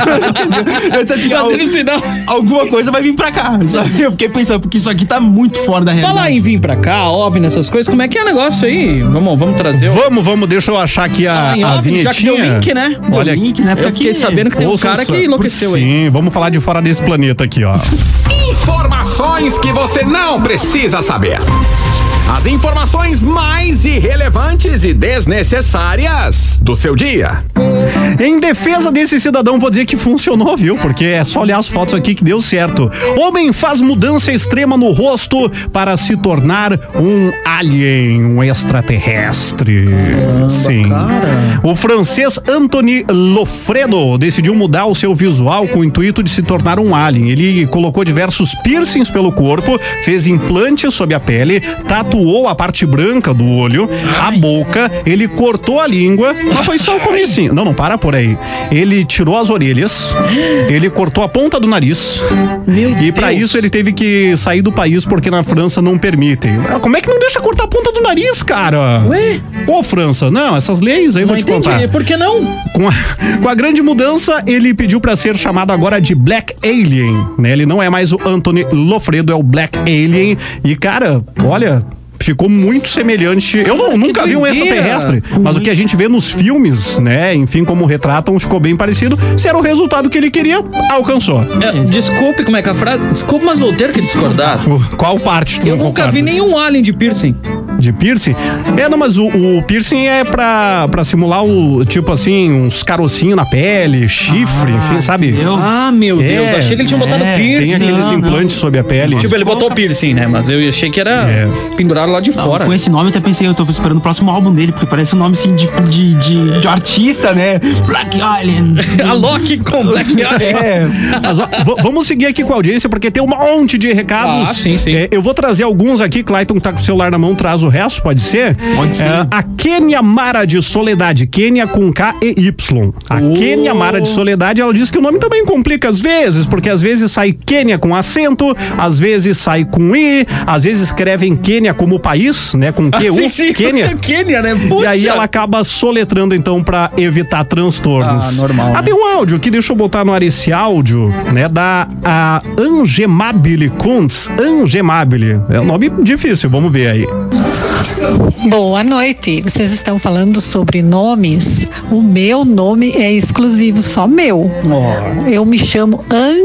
Eu disse assim, al- Fazendo sinal. alguma coisa vai vir pra cá, sabe? Eu fiquei pensando, porque isso aqui tá muito fora da realidade. Falar em vir pra cá, OVNI, essas coisas, como é que é o negócio aí? Vamos, vamos trazer o... Vamos, vamos, deixa eu achar aqui a, Ah, em a OVNI, já que deu vinhetinha. link, né? Deu Olha link, né? Porque Eu fiquei aqui- sabendo que tem um Ouçam cara só. que enlouqueceu aí. Sim, vamos falar de fora desse planeta aqui, ó. Informações que você não precisa saber. As informações mais irrelevantes e desnecessárias do seu dia. Em defesa desse cidadão, vou dizer que funcionou, viu? Porque é só olhar as fotos aqui que deu certo. Homem faz mudança extrema no rosto para se tornar um alien, um extraterrestre. Sim. cara. O francês Anthony Lofredo decidiu mudar o seu visual com o intuito de se tornar um alien. Ele colocou diversos piercings pelo corpo, fez implantes sob a pele, tatuou a parte branca do olho, a boca, ele cortou a língua, mas foi só o comecinho. Não, não, para por aí. Ele tirou as orelhas, ele cortou a ponta do nariz. Meu E pra Deus. isso ele teve que sair do país porque na França não permitem. Como é que não deixa cortar a ponta do nariz, cara? Ué? Ô, França, não, essas leis aí eu Não vou te entendi. contar. Por que não? Com a, com a grande mudança, ele pediu pra ser chamado agora de Black Alien, né? Ele não é mais o Anthony Lofredo, é o Black Alien. E, cara, olha... Ficou muito semelhante. Eu não, nunca vi um doideira. extraterrestre, mas o que a gente vê nos filmes, né? Enfim, como retratam, ficou bem parecido. Se era o resultado que ele queria, alcançou. É, desculpe, como é que é a frase? Desculpe, mas vou ter que discordar. O- Qual parte tu Eu não nunca concorda? vi nenhum alien de piercing. De piercing? É, não, mas o, o piercing é pra, pra simular o, tipo assim, uns carocinhos na pele, chifre, Ah, enfim, sabe? entendeu? Ah, meu É, Deus. Achei que ele tinha botado é, piercing. Tem aqueles não, implantes não. sob a pele. Tipo, ele botou piercing, né? Mas eu achei que era É. pendurado lá de fora. Com esse nome eu até pensei, eu tô esperando o próximo álbum dele, porque parece um nome assim de, de, de, de artista, né? Black Alien. A Loki com Black Alien. É, mas, ó, v- vamos seguir aqui com a audiência, porque tem um monte de recados. Ah, sim, sim. É, eu vou trazer alguns aqui, Clayton tá com o celular na mão, traz o resto, pode ser? Pode ser. É, a Kênia Mara de Soledade, Kênia com K e Y. A Oh. Kênia Mara de Soledade, ela diz que o nome também complica às vezes, porque às vezes sai Quênia com acento, às vezes sai com I, às vezes escrevem Quênia como país, né, com Q U, Sim, sim. Quênia. Quênia, né? E Puxa. aí ela acaba soletrando, então, pra evitar transtornos. Ah, normal, Ah, né? tem um áudio aqui, deixa eu botar no ar esse áudio, né, da a Angemabile Kuntz. Angemabile. É um nome difícil, vamos ver aí. Boa noite. Vocês estão falando sobre nomes. O meu nome é exclusivo, só meu. Ó. Eu me chamo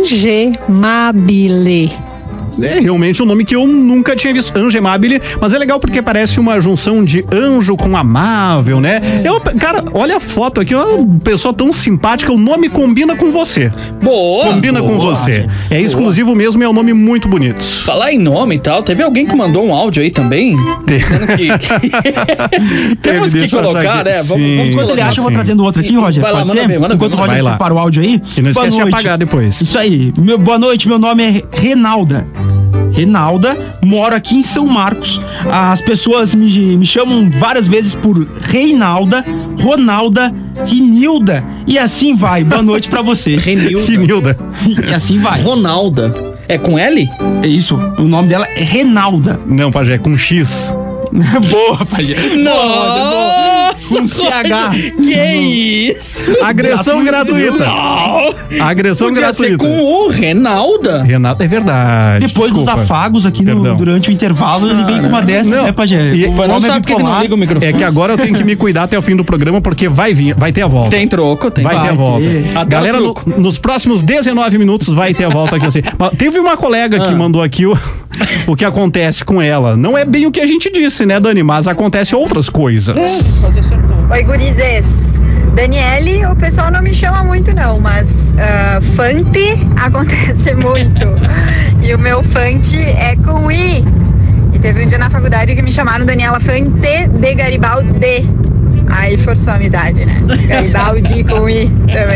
Angemabile. É realmente um nome que eu nunca tinha visto, Angemabile, mas é legal porque parece uma junção de anjo com amável, né? Eu, cara, olha a foto aqui, uma pessoa tão simpática, o nome combina com você. Boa. Combina com boa. você. É exclusivo mesmo e é um nome muito bonito. Falar em nome e tal, teve alguém que mandou um áudio aí também? Dizendo que. que... Temos que deixa eu achar colocar, aqui. né? Vamos, Sim, vamos Enquanto sim, ele acha, eu vou sim. trazendo outro aqui, Roger. Vai lá, Pode manda ser? ver, manda Enquanto ver, o manda Roger ver. Vai lá. separa o áudio aí. E não Boa esquece de noite. apagar depois. Isso aí. Meu, boa noite, meu nome é Renalda. Renalda, moro aqui em São Marcos. As pessoas me, me chamam várias vezes por Reinalda, Ronalda, Rinilda. E assim vai. Boa noite pra vocês. Renilda. Rinilda. E assim vai. Ronalda. É com L? É isso. O nome dela é Renalda. Não, Pajé, com X. Boa, Pajé. Nossa! Com C H. Que isso? Agressão gratuita. Não! Agressão Podia gratuita. ser com o Renalda? Renato, é verdade. Depois desculpa. dos afagos aqui no- Perdão. durante o intervalo, ele vem com uma dessas, Não. né, Pajé? E- O Mas não homem é sabe por que que não bipolar. liga o microfone. É que agora eu tenho que me cuidar até o fim do programa, porque vai vir, vai ter a volta. Tem troco, tem. Vai, ter a Vai volta. ter. Adoro Galera, no- truco. nos próximos dezenove minutos vai ter a volta aqui. Assim. Mas teve uma colega que Ah. mandou aqui o, o que acontece com ela. Não é bem o que a gente disse, né, Dani? Mas acontece outras coisas. Mas acertou. Oi, gurizes. Daniele, o pessoal não me chama muito não, mas ah, Fante acontece muito. E o meu Fante é com I. E teve um dia na faculdade que me chamaram Daniela Fante de Garibaldi. Aí forçou a amizade, né? Garibaldi com I também.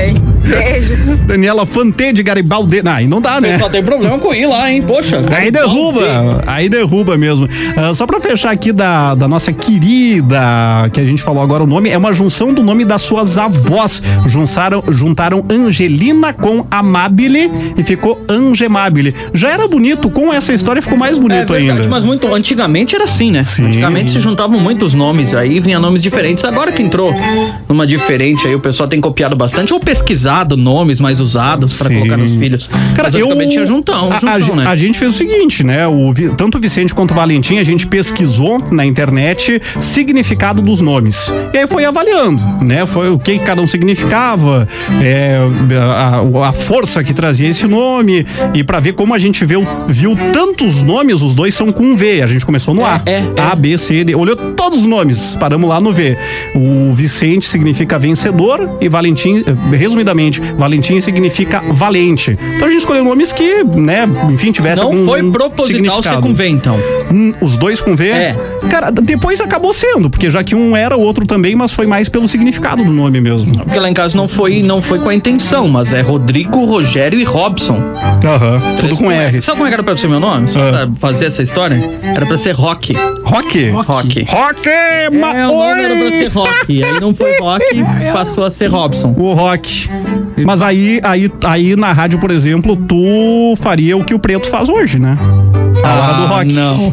Beijo. Daniela Fante de Garibaldi. Não, aí não dá, né? Só tem problema com ir lá, hein? Poxa. Aí derruba, aí derruba mesmo. Uh, só pra fechar aqui da, da nossa querida, que a gente falou agora o nome, é uma junção do nome das suas avós. Juntaram, juntaram Angelina com Amabile e ficou Angemabile. Já era bonito, com essa história ficou mais bonito é verdade, ainda. Mas muito, antigamente era assim, né? Sim. Antigamente se juntavam muitos nomes aí, vinha nomes diferentes. Agora que entrou numa diferente aí, o pessoal tem copiado bastante ou pesquisado nomes mais usados pra Sim. colocar nos filhos. Cara, mas eu, antigamente tinha juntão, a, junção, a, né? a gente fez o seguinte, né? O, tanto o Vicente quanto o Valentim, a gente pesquisou na internet significado dos nomes. E aí foi avaliando, né? Foi o que cada um significava, é, a, a força que trazia esse nome, e pra ver como a gente viu, viu tantos nomes, os dois são com V. A gente começou no É, A. é, é. A, B, C, D. Olhou todos os nomes, paramos lá no V. O Vicente significa vencedor e Valentim, resumidamente, Valentim significa valente. Então a gente escolheu nomes que, né, enfim, tivesse Não algum foi proposital ser com V, então. Hum, os dois com V? É. Cara, depois acabou sendo, porque já que um era, o outro também, mas foi mais pelo significado do nome mesmo. Porque lá em casa não foi, não foi com a intenção, mas é Rodrigo, Rogério e Robson. Aham, tudo com R. Sabe como é que era pra ser meu nome? Só Ah. pra fazer essa história? Era pra ser Rock. Rock? Rock. Rock! É, ma- o nome era pra Oi! ser Rock. Aí não foi Rock, passou a ser Robson. O Rock. Mas aí, aí, aí na rádio, por exemplo, tu faria o que o Preto faz hoje, né? A hora do rock. Não.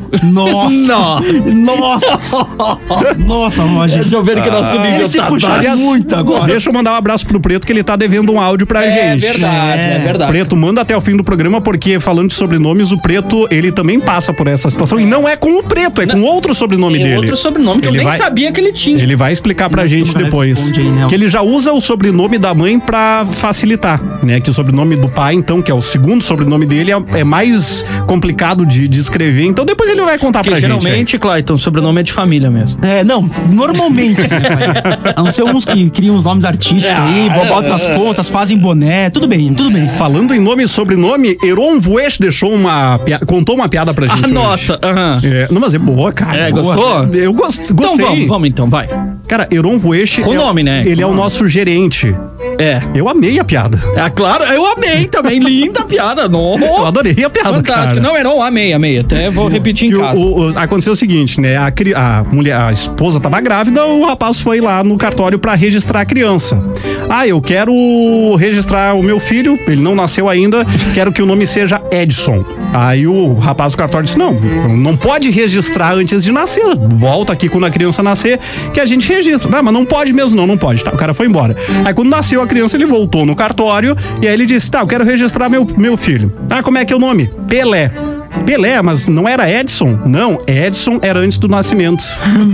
Nossa. Nossa. Nossa, Roger. Deixa eu ver que nosso nível Esse tá puxar baixo. muito agora. Deixa eu mandar um abraço pro Preto, que ele tá devendo um áudio pra É gente. verdade, é verdade. Preto, manda até o fim do programa, porque falando de sobrenomes, o Preto, ele também passa por essa situação. E não é com o Preto, é com outro sobrenome Tem dele. outro sobrenome que Ele eu nem vai- sabia que ele tinha. Ele vai explicar pra Ele- gente o cara depois. responde aí, né? Que ele já usa o sobrenome da mãe pra facilitar, né? Que o sobrenome do pai, então, que é o segundo sobrenome dele, é, é mais complicado de, de escrever. Então depois ele vai contar Porque pra gente. geralmente, Clayton, o sobrenome é de família mesmo. É, não, normalmente, né, pai? A não ser uns que criam uns nomes artísticos aí, botam nas contas, fazem boné, tudo bem, tudo bem. Falando em nome e sobrenome, Heron Vuesch deixou uma pia- contou uma piada pra gente Ah, hoje. nossa, aham. É, não, mas é boa, cara. É, boa. gostou? Eu gost, Então gostei. vamos, vamos então, vai. Cara, Heron Vuesch Com é, nome, né? Ele Com é o nome. nosso gerente. É. Eu amei a piada. É claro, eu amei também. Linda a piada. No. Eu adorei a piada, Fantástico. cara. Não, Heron, amei, amei. Até vou repetir Que em o- casa. o- o- aconteceu o seguinte, né? A, cri- a mulher, a esposa tava grávida, o rapaz foi lá no cartório pra registrar a criança. Ah, eu quero registrar o meu filho, ele não nasceu ainda, quero que o nome seja Edson. Aí o rapaz do cartório disse: não, não pode registrar antes de nascer. Volta aqui quando a criança nascer, que a gente registra. Ah, mas não pode mesmo, não, não pode. Tá, o cara foi embora. Aí quando nasceu a criança, ele voltou no cartório e aí ele disse: tá, eu quero registrar meu, meu filho. Ah, como é que é o nome? Pelé. Pelé, mas não era Edson? Não, Edson era antes do nascimento.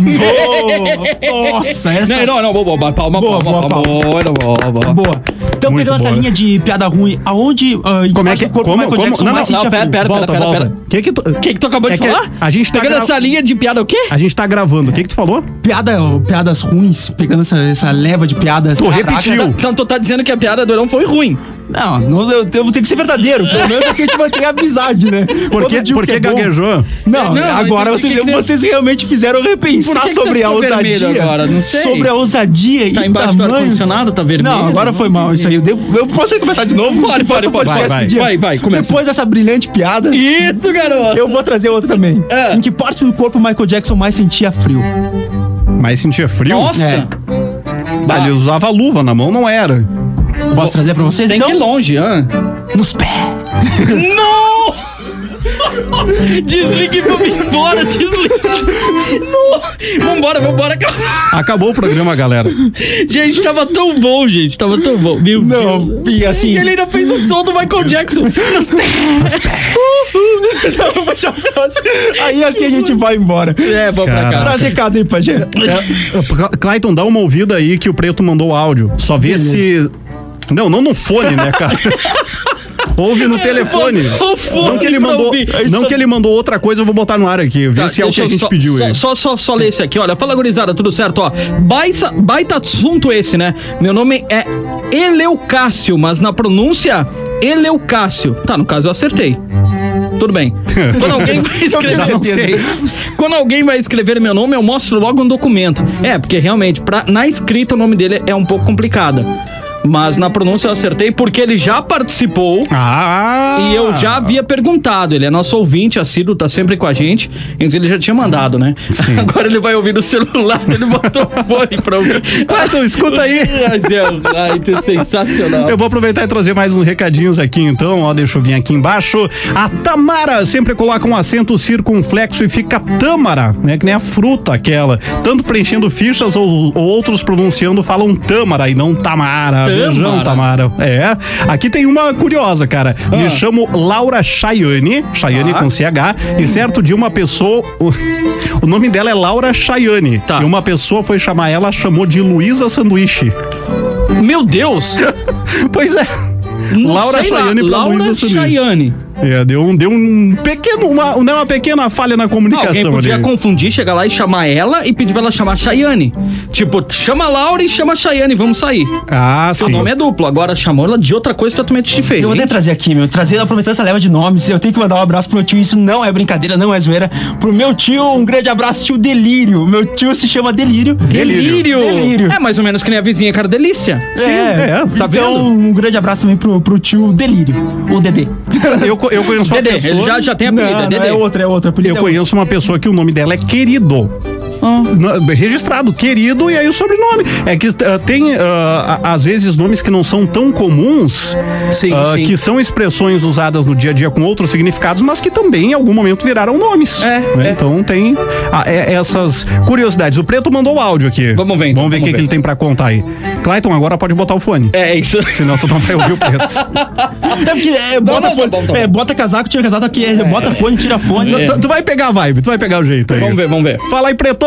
Oh, nossa, essa Não, não, não, boa, boa, palma, Boa, palma, boa, palma, boa, boa, boa. boa. Então, Muito pegando essa boa. linha de piada ruim, aonde uh, Como é que- corpo como- Michael como- Jackson não, mais não, sentia não, pera, frio? pera. Volta, pera, volta. pera. Que que tu, O que que tu acabou É de que falar? a gente tá Pegando gra- essa linha de piada o quê? a gente tá gravando. O que que tu falou? Piada, piadas ruins, pegando essa, essa leva de piadas. Tu Caraca. repetiu. Então tu tá dizendo que a piada do Heron foi ruim. Não, não eu, eu vou ter que ser verdadeiro. Pelo menos assim a gente manter a amizade, né? Por Quando que, eu digo por que que é bom- gaguejou? Não, Não, agora mas vocês, que que- vocês realmente fizeram repensar Por que que sobre você a ficou ousadia. vermelho agora? Não sei. Sobre a ousadia Tá e embaixo do tamanho. ar-condicionado, tá vermelho? Não, agora foi mal isso aí. Eu, devo, eu posso começar de novo? Pode, Depois pode, do pode. podcast Vai, do dia. vai, vai, começa. Depois dessa brilhante piada, Isso, garoto. eu vou trazer outra também. É. Em que parte do corpo o Michael Jackson mais sentia frio? Mas sentia frio? Nossa. É. Ah, ele usava luva, na mão não era. Posso trazer pra vocês? Tem então? que ir longe, hã? Nos pés. Não! Desligue pra mim embora, desligue. Não. Vambora, vambora. Acabou o programa, galera. Gente, tava tão bom, gente. Tava tão bom. Meu Não, Deus. e assim. E ele ainda fez o som do Michael Jackson. Não, eu vou deixar pra você. Aí assim a gente vai embora. É, vamos pra cá. Traz recado aí, Pajé. É, Clayton, dá uma ouvida aí que o Preto mandou áudio. Só vê se... Não, não no fone, né, cara? Ouve no telefone. botou o fone Não que ele pra mandou, ouvir. não que ele mandou outra coisa, eu vou botar no ar aqui. Vê Tá, se é o que deixa a eu gente só, pediu só, aí. Só, só, só ler esse aqui, olha. Fala, gurizada, tudo certo, ó. Baita, baita assunto esse, né? Meu nome é Eleucácio, mas na pronúncia, Eleucácio. Tá, no caso eu acertei. Tudo bem. Quando alguém vai escrever. Já não sei. Quando alguém vai escrever meu nome, eu mostro logo um documento. É, porque realmente, pra, na escrita o nome dele é um pouco complicado. Mas na pronúncia eu acertei porque ele já participou. Ah! E eu já havia perguntado. Ele é nosso ouvinte, assíduo, tá sempre com a gente. Então ele já tinha mandado, né? Sim. Agora ele vai ouvir no celular, ele botou o fone pra ouvir. Clayton, escuta aí. Ai, Deus, ai, que sensacional. Eu vou aproveitar e trazer mais uns recadinhos aqui, então, ó, deixa eu vir aqui embaixo. A Tamara sempre coloca um acento circunflexo e fica Tâmara, né? Que nem a fruta aquela. Tanto preenchendo fichas ou, ou outros pronunciando falam Tâmara e não Tamara. Beijão, Tamara. É. Aqui tem uma curiosa, cara. Ah. Me chamo Laura Chayane, Chayane ah. com C H, e certo dia uma pessoa, o, o nome dela é Laura Chayane, tá. E uma pessoa foi chamar ela, chamou de Luísa Sanduíche. Meu Deus! Pois é. Não Laura Chayane pra Laura Luísa Chayane. É, deu um, deu um pequeno, uma, uma pequena falha na comunicação. Alguém podia ali. confundir, chegar lá e chamar ela e pedir pra ela chamar Chayane. Tipo, chama Laura e chama Chayane, vamos sair. Ah, sim. O nome é duplo, agora chamou ela de outra coisa totalmente diferente. Eu vou até trazer aqui, meu, trazer, aproveitando essa leva de nomes, eu tenho que mandar um abraço pro meu tio, isso não é brincadeira, não é zoeira. Pro meu tio, um grande abraço, tio Delírio. Meu tio se chama Delírio. Delírio. Delírio. É mais ou menos que nem a vizinha, cara, Delícia. Sim, é. é. Tá então, vendo? Um grande abraço também pro, pro tio Delírio, o Dedê. Eu, eu conheço uma Dedê, pessoa... ele já, já tem apelido, não, é Dedê. Não, é outra, é outra. Eu é conheço outra. Uma pessoa que o nome dela é Querido. Ah. Registrado, Querido, e aí o sobrenome. É que uh, tem, uh, às vezes, nomes que não são tão comuns, sim, uh, sim. que são expressões usadas no dia a dia com outros significados, mas que também, em algum momento, viraram nomes. É, né? é. Então tem uh, é, essas curiosidades. O Preto mandou o áudio aqui. Vamos ver. Então, vamos ver o que, que ele tem pra contar aí. Clayton, agora pode botar o fone. É isso. Senão tu não vai ouvir o Preto. É porque é, bota não, não, fone. Tá bom, tá bom. É, bota casaco, tira casaco, aqui, é. bota fone, tira fone. É. Tu, tu vai pegar a vibe, tu vai pegar o jeito aí. Vamos ver, vamos ver. Fala aí, Preto!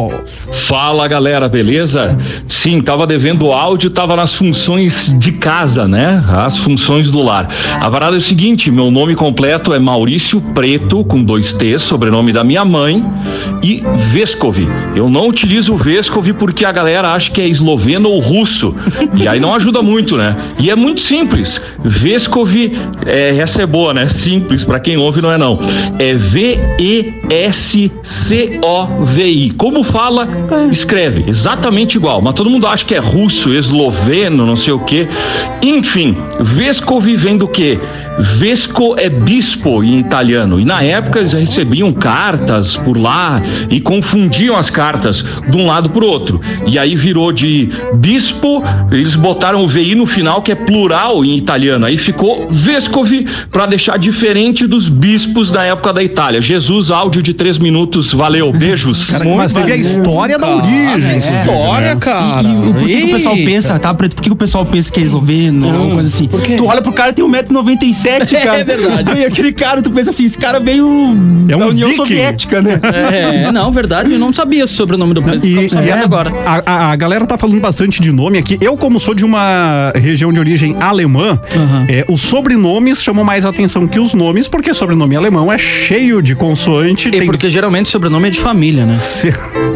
Fala, galera, beleza? Sim, tava devendo áudio, tava nas funções de casa, né? As funções do lar. A parada é o seguinte, meu nome completo é Maurício Preto, com dois T's, sobrenome da minha mãe, e Vescovi. Eu não utilizo Vescovi porque a galera acha que é esloveno ou russo, e aí não ajuda muito, né? E é muito simples. Vescovi, é, essa é boa, né? Simples, pra quem ouve não é não. É V E S C O V I. Como fala, escreve exatamente igual, mas todo mundo acha que é russo, esloveno, não sei o quê. Enfim, Vescovi vem do quê? Vesco é bispo em italiano, e na época eles recebiam cartas por lá e confundiam as cartas de um lado pro outro, e aí virou de bispo, eles botaram o V I no final, que é plural em italiano, aí ficou Vescovi pra deixar diferente dos bispos da época da Itália. Jesus, áudio de três minutos, valeu, beijos. Cara, mas teve a história da origem. É, história, cara. E, e por que, que o pessoal pensa, tá, Preto? Por que, que o pessoal pensa que é esloveno, hum, alguma coisa assim? Tu olha pro cara, tem um metro e noventa e sete, cara. É verdade. E aquele cara, tu pensa assim, esse cara veio é um da União viking. Soviética, né? É, não, verdade, eu não sabia sobre o nome do Preto. E, e é, agora. A, a, a galera tá falando bastante de nome aqui. Eu, como sou de uma região de origem alemã, uhum. é, os sobrenomes chamam mais atenção que os nomes, porque sobrenome alemão é cheio de consoante. E tem... porque geralmente sobrenome é de família, né? Se...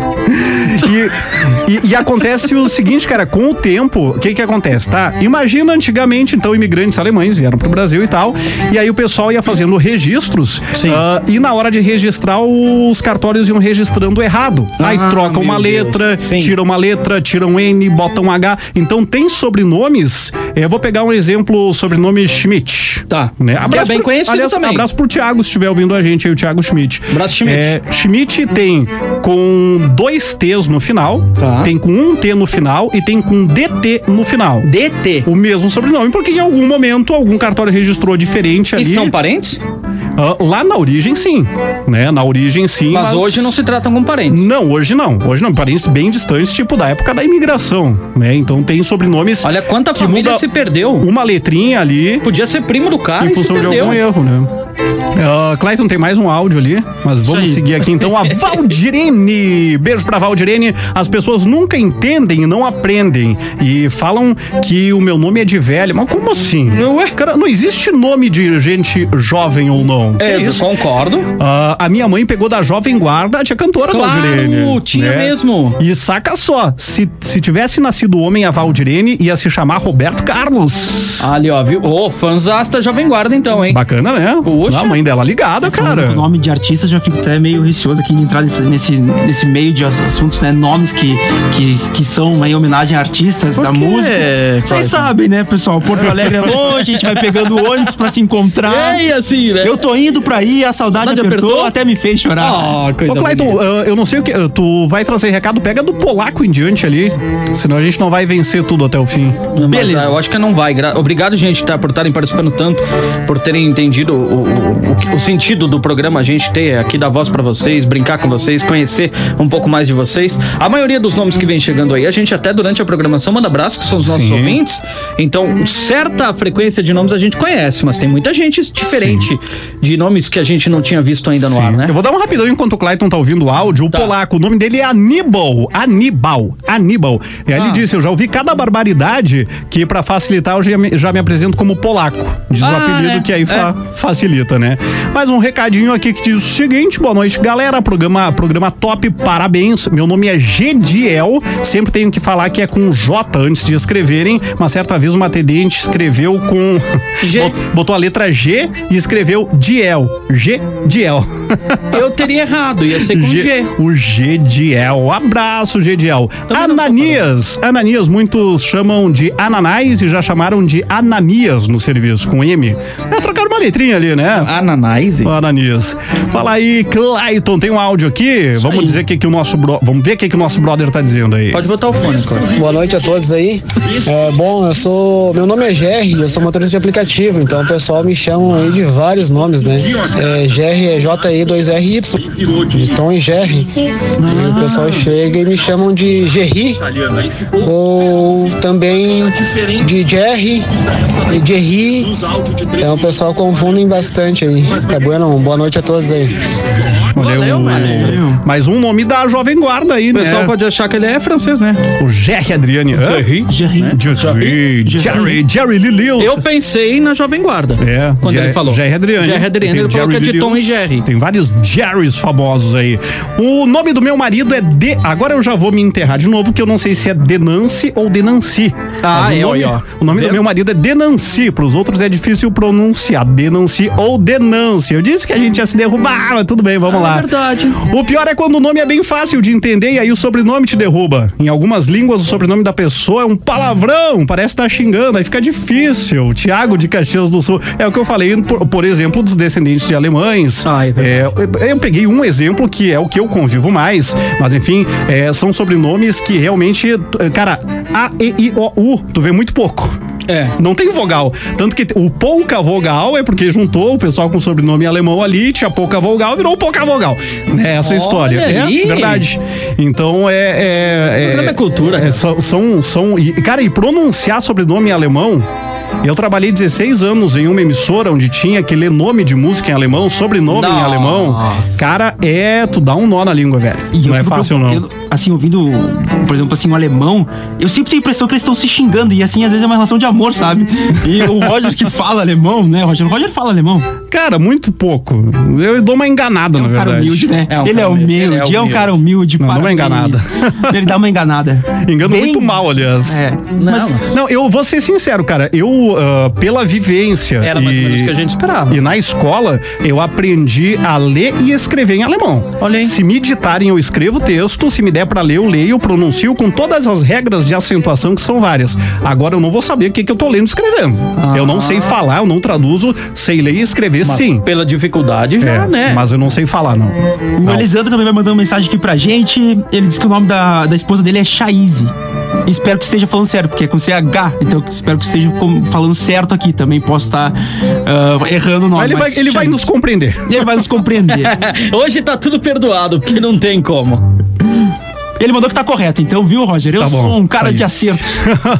e, e, e acontece o seguinte, cara, com o tempo, o que que acontece, tá? Imagina antigamente, então, imigrantes alemães vieram pro Brasil e tal, e aí o pessoal ia fazendo registros, uh, e na hora de registrar, os cartórios iam registrando errado. Ah, aí troca uma letra, tira uma letra, tira um N, bota um H. Então tem sobrenomes, eu vou pegar um exemplo, sobrenome Schmidt. Tá. Né? Que é bem pro, conhecido aliás, também. Abraço pro Thiago, se estiver ouvindo a gente aí, o Thiago Schmidt. Abraço, Schmidt. É, Schmidt tem com dois T's no final, tá. Tem com um T no final e tem com D T no final. D T? O mesmo sobrenome, porque em algum momento algum cartório registrou diferente ali. E são parentes? Uh, lá na origem, sim. Né? Na origem, sim. Mas, mas hoje não se tratam como parentes? Não, hoje não. Hoje não. Parentes bem distantes, tipo da época da imigração. Né? Então tem sobrenomes. Olha quanta família se perdeu. Uma letrinha ali. Podia ser primo do cara em e função se de perdeu. algum erro, né? Uh, Clayton, tem mais um áudio ali, mas vamos seguir aqui então. A Valdirene, beijo pra Valdirene. As pessoas nunca entendem e não aprendem e falam que o meu nome é de velho. Mas como assim? Ué? Cara, não existe nome de gente jovem ou não. É, isso? Concordo. Uh, a minha mãe pegou da Jovem Guarda a tia cantora claro, Valdirene. tinha né? mesmo. E saca só, se, se tivesse nascido homem a Valdirene, ia se chamar Roberto Carlos. Ali, ó, viu? Ô, oh, fãzasta Jovem Guarda então, hein? Bacana, né? Putz. Poxa. A mãe dela ligada, cara. O nome de artistas já fico até meio receoso aqui de entrar nesse, nesse, nesse meio de assuntos, né? Nomes que, que, que são uma emhomenagem a artistas da música. Vocês sabem, né, pessoal? Porto Alegre é longe, a gente vai pegando o ônibus pra se encontrar. E assim, né? Eu tô indo pra ir, a saudade apertou, apertou, até me fez chorar. Oh, coisa Ô, Clayton, uh, eu não sei o que. Uh, tu vai trazer recado, pega do polaco em diante ali. Senão a gente não vai vencer tudo até o fim. Mas, beleza. Eu acho que não vai. Obrigado, gente, tá, por estarem participando tanto, por terem entendido o, o, o, o sentido do programa, a gente ter aqui dar voz pra vocês, brincar com vocês, conhecer um pouco mais de vocês. A maioria dos nomes que vem chegando aí, a gente até durante a programação manda abraço, que são os nossos Sim. ouvintes. Então, certa frequência de nomes a gente conhece, mas tem muita gente diferente Sim. de nomes que a gente não tinha visto ainda no Sim. ar, né? Eu vou dar um rapidão enquanto o Clayton tá ouvindo o áudio. O tá. polaco, o nome dele é Aníbal. Aníbal. Aníbal. E aí ah. ele disse, eu já ouvi cada barbaridade que pra facilitar eu já me, já me apresento como polaco. Diz ah, o apelido é. que aí fa, é. facilita, né? Mais um recadinho aqui que diz o seguinte, boa noite, galera, programa, programa top, parabéns. Meu nome é Gediel, sempre tenho que falar que é com J antes de escreverem, mas certa vez uma atendente escreveu com... G. botou a letra G e escreveu Diel. Gediel. Eu teria errado, ia ser com G. G. O Gediel. Abraço, Gediel. Ananias. Ananias, muitos chamam de Ananás e já chamaram de Ananias no serviço, com M. É, trocaram uma letrinha ali, né? Ananás? Ananias. Fala aí, Clayton, tem um áudio aqui? Isso Vamos aí. dizer que, que o nosso bro... Vamos ver o que, que o nosso brother tá dizendo aí. Pode botar o fone, Clayton. Boa noite a todos aí. É, bom, eu sou... Meu nome é Jerry, eu sou motorista de aplicativo, então o pessoal me chama aí de vários nomes, né? É, Jerry é J E dois R Y, de Tom e Jerry. E o pessoal chega e me chamam de Jerry, ou também de Jerry e Jerry. Então o pessoal confundem bastante aí. Tá bueno? Boa noite a todos aí. Valeu, Valeu. Mais um nome da Jovem Guarda aí, né? O pessoal pode achar que ele é francês, né? O Jerry Adriane. Jerry. Jerry. Jerry. Jerry. Jerry Lilius. Eu pensei na Jovem Guarda. É. Quando Jerry, ele falou. Jerry Adriane. Jerry Adriane. Ele falou que é de Tom e Jerry. Tem vários Jerrys famosos aí. O nome do meu marido é De... Agora eu já vou me enterrar de novo, que eu não sei se é Denanci ou Denanci. Ah, é, nome, ó. O nome Vê? do meu marido é Denanci. Para os outros é difícil pronunciar. Denanci ou Denanci. Eu disse que a gente ia se derrubar, mas tudo bem, vamos ah, lá. É verdade. O pior é quando o nome é bem fácil de entender e aí o sobrenome te derruba. Em algumas línguas, o sobrenome da pessoa é um palavrão, parece estar xingando, aí fica difícil. Tiago de Caxias do Sul. É o que eu falei, por, por exemplo, dos descendentes de alemães. Ah, é é, eu, eu peguei um exemplo que é o que eu convivo mais, mas enfim, é, são sobrenomes que realmente, cara, A, E, I, O, U, tu vê muito pouco. É. Não tem vogal. Tanto que o pouca vogal é porque juntou o pessoal com sobrenome alemão ali, tinha pouca vogal, virou pouca vogal. É essa a história. Aí. É verdade. Então é. é, o programa é cultura. É, são, são, são. Cara, e pronunciar sobrenome alemão. Eu trabalhei dezesseis anos em uma emissora onde tinha que ler nome de música em alemão, sobrenome Nossa. em alemão. Cara, é. Tu dá um nó na língua, velho. E não é fácil, não. Eu, assim, ouvindo, por exemplo, assim, um alemão, eu sempre tenho a impressão que eles estão se xingando. E assim, às vezes é uma relação de amor, sabe? E o Roger que fala alemão, né? O Roger, o Roger fala alemão. Cara, muito pouco. Eu dou uma enganada, é um na verdade. Cara humilde, né? É um ele, é humilde, ele é humilde, é um cara humilde. Não, dá uma enganada. Ele dá uma enganada. Engano Bem... muito mal, aliás. É. Não, mas, mas... não, eu vou ser sincero, cara. Eu, uh, pela vivência. Era mais ou menos o que a gente esperava. E na escola, eu aprendi a ler e escrever em alemão. Olha aí. Se me ditarem, eu escrevo o texto. Se me der pra ler, eu leio, eu pronuncio com todas as regras de acentuação, que são várias. Agora eu não vou saber o que, que eu tô lendo e escrevendo. Ah. Eu não sei falar, eu não traduzo, sei ler e escrever, mas sim. Pela dificuldade já, é, né? Mas eu não sei falar, não. O não. Elisandro também vai mandar uma mensagem aqui pra gente. Ele disse que o nome da, da esposa dele é Chaize. Espero que esteja falando certo, porque é com C H, então espero que esteja falando certo aqui. Também posso estar uh, errando o nome. Mas ele, vai, ele vai nos compreender. Ele vai nos compreender. Hoje tá tudo perdoado, porque não tem como. Ele mandou que tá correto, então, viu, Roger? Eu tá sou um cara é de acertos.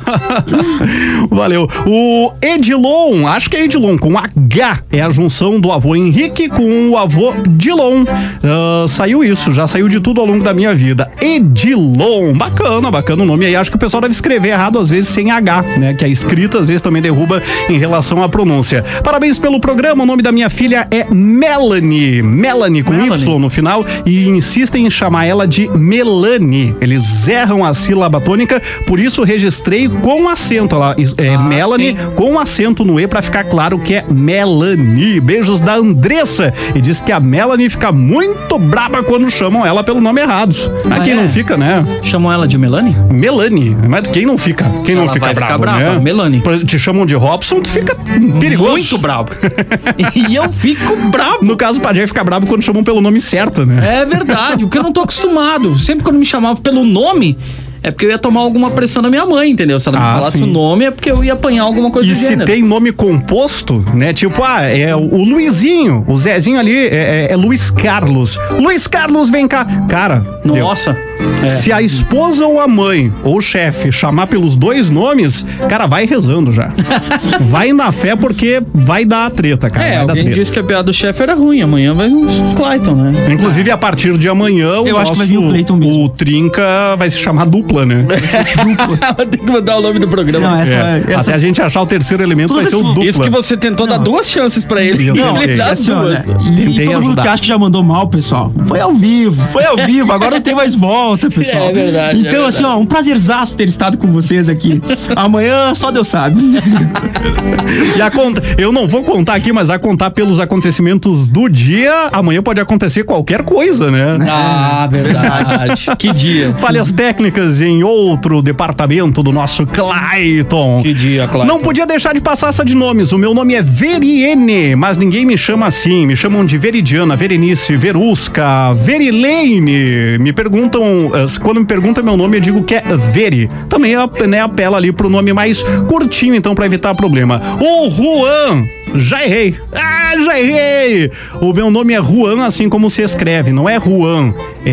Valeu. O Edilon, acho que é Edilon, com H. É a junção do avô Henrique com o avô Dilon. Uh, saiu isso, já saiu de tudo ao longo da minha vida. Edilon, bacana, bacana o nome aí. Acho que o pessoal deve escrever errado, às vezes, sem H, né? Que a escrita, às vezes, também derruba em relação à pronúncia. Parabéns pelo programa. O nome da minha filha é Melanie. Melanie, com Melanie. Y no final. E insistem em chamar ela de Melanie. Melanie. Eles erram a sílaba tônica, por isso registrei com acento. Ela é Ah, Melanie sim. com acento no E pra ficar claro que é Melanie. Beijos da Andressa. E diz que a Melanie fica muito braba quando chamam ela pelo nome errado. Mas Ah, quem é? não fica, né? Chamam ela de Melanie? Melanie. Mas quem não fica? Quem não Ela fica vai ficar brabo, brava, né? Melanie. Por exemplo, te chamam de Robson, tu fica perigoso. Muito brabo. E eu fico brabo. No caso, o Pajé fica brabo quando chamam pelo nome certo, né? É verdade, porque eu não tô acostumado. Sempre quando me chamavam pelo nome, é porque eu ia tomar alguma pressão da minha mãe, entendeu? Se ela Ah, me falasse sim. o nome, é porque eu ia apanhar alguma coisa E do se gênero. tem nome composto, né? Tipo, ah, é o Luizinho, o Zezinho ali é, é- é Luiz Carlos. Luiz Carlos, vem cá. Cara, deu. Nossa. É. Se a esposa ou a mãe ou o chefe chamar pelos dois nomes, cara, vai rezando já. Vai na fé porque vai dar treta, cara. É, vai dar alguém treta. disse que a piada do chefe era ruim. Amanhã vai uns Clayton, né? Inclusive, a partir de amanhã, o Eu acho nosso, que vai vir o Clayton mesmo. o Trinca vai se chamar dupla, né? Tem que mudar o nome do programa. Não, essa, É. essa Até a gente achar o terceiro elemento Toda vai ser o vez que- dupla. Isso que você tentou dar duas chances pra ele. Eu E tentei. ele dá assim, ó, duas. né? E, Tentei e todo mundo ajudar. que acha que já mandou mal, pessoal, foi ao vivo, foi ao vivo, agora não tem mais volta, pessoal. É verdade, Então, é assim, verdade. ó, um prazerzaço ter estado com vocês aqui. Amanhã só Deus sabe. E a conta, eu não vou contar aqui, mas a contar pelos acontecimentos do dia, amanhã pode acontecer qualquer coisa, né? Ah, verdade. Que dia. Falhas técnicas em outro departamento do nosso Clayton. Que dia, Clayton. Não podia deixar de passar essa de nomes. O meu nome é Veriene, mas ninguém me chama assim. Me chamam de Veridiana, Verenice, Verusca, Verilene. Me perguntam, eh, quando me perguntam meu nome, eu digo que é Veri. Também, né, apela ali pro nome mais curtinho, então, pra evitar problema. O Juan. Já errei. Ah, já errei. O meu nome é Juan, assim como se escreve. Não é Juan,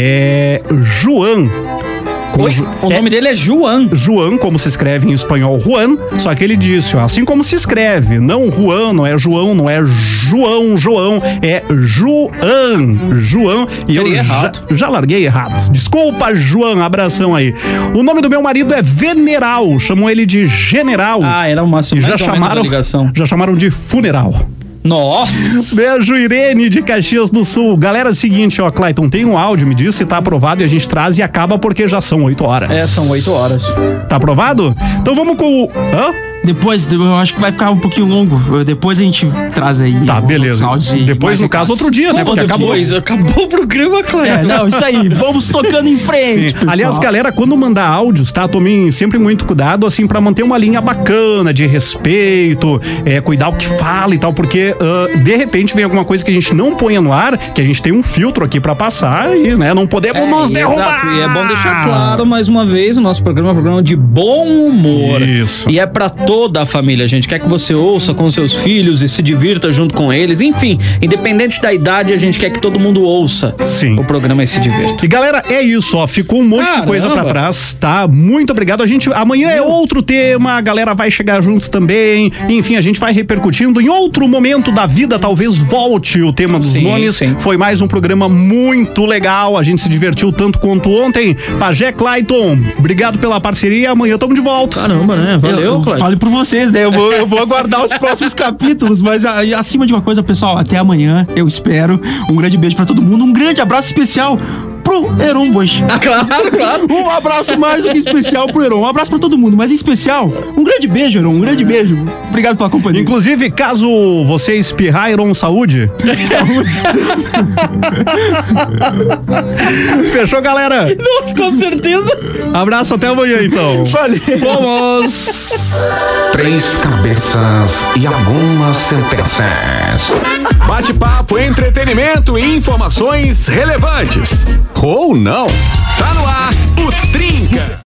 é João. Com Oi? Ju- O é nome dele é João. João, como se escreve em espanhol, Juan, só que ele disse, ó, assim como se escreve, não Juan, não é João, não é João, João, é João, João, e eu Seria já, errado. já larguei errado. Desculpa, João, abração aí. O nome do meu marido é Veneral, chamam ele de General. Ah, era o máximo. E já mais ou menos a chamaram, ligação. já chamaram de Funeral. Nossa. Beijo, Irene de Caxias do Sul. Galera, seguinte, ó, Clayton, tem um áudio, me diz se tá aprovado e a gente traz e acaba porque já são oito horas. É, são oito horas. Tá aprovado? Então vamos com o... Hã? Depois, eu acho que vai ficar um pouquinho longo. Depois a gente traz aí. Tá, os beleza. outros áudios e Depois, mais no caso, recados. outro dia, né? Como Porque acabou. depois? Acabou o programa, Clayton. É, não, isso aí. Vamos tocando em frente, Sim. pessoal. Aliás, galera, quando mandar áudios, tá? Tomem sempre muito cuidado, assim, pra manter uma linha bacana, de respeito, é, cuidar o que fala e tal, porque ah, de repente vem alguma coisa que a gente não ponha no ar, que a gente tem um filtro aqui pra passar e, né, não podemos nos e derrubar. exato, e é bom deixar claro, mais uma vez, o nosso programa é um programa de bom humor. Isso. E é pra toda a família, a gente quer que você ouça com seus filhos e se divirta junto com eles. Enfim, independente da idade, a gente quer que todo mundo ouça Sim. o programa e se divirta. E galera, é isso, ó. Ficou um monte Caramba. de coisa pra trás, tá? Muito obrigado. A gente amanhã é outro tema, a galera vai chegar junto também. Enfim, a gente vai repercutindo em outro momento da vida, talvez volte o tema dos Sim, nomes. sim. Foi mais um programa muito legal. A gente se divertiu tanto quanto ontem. Pajé, Clayton, obrigado pela parceria. Amanhã tamo de volta. Caramba, né? Eu, Valeu, eu Clayton. falo por vocês, né? Eu vou, eu vou aguardar os próximos capítulos, mas a- e acima de uma coisa, pessoal, até amanhã, eu espero. Um grande beijo pra todo mundo, um grande abraço especial pro Heron Bosch. Ah, claro, claro. Um abraço mais do que especial pro Heron. Um abraço pra todo mundo, mas em especial, um grande beijo, Heron, um grande beijo. Obrigado pela companhia. Inclusive, caso você espirrar, Iron Saúde. Fechou, galera? Nossa, com certeza. Abraço, até amanhã, então. Valeu. Vamos! Três cabeças e algumas sentenças. Bate-papo, entretenimento e informações relevantes. Ou não. Tá no ar o Trinca.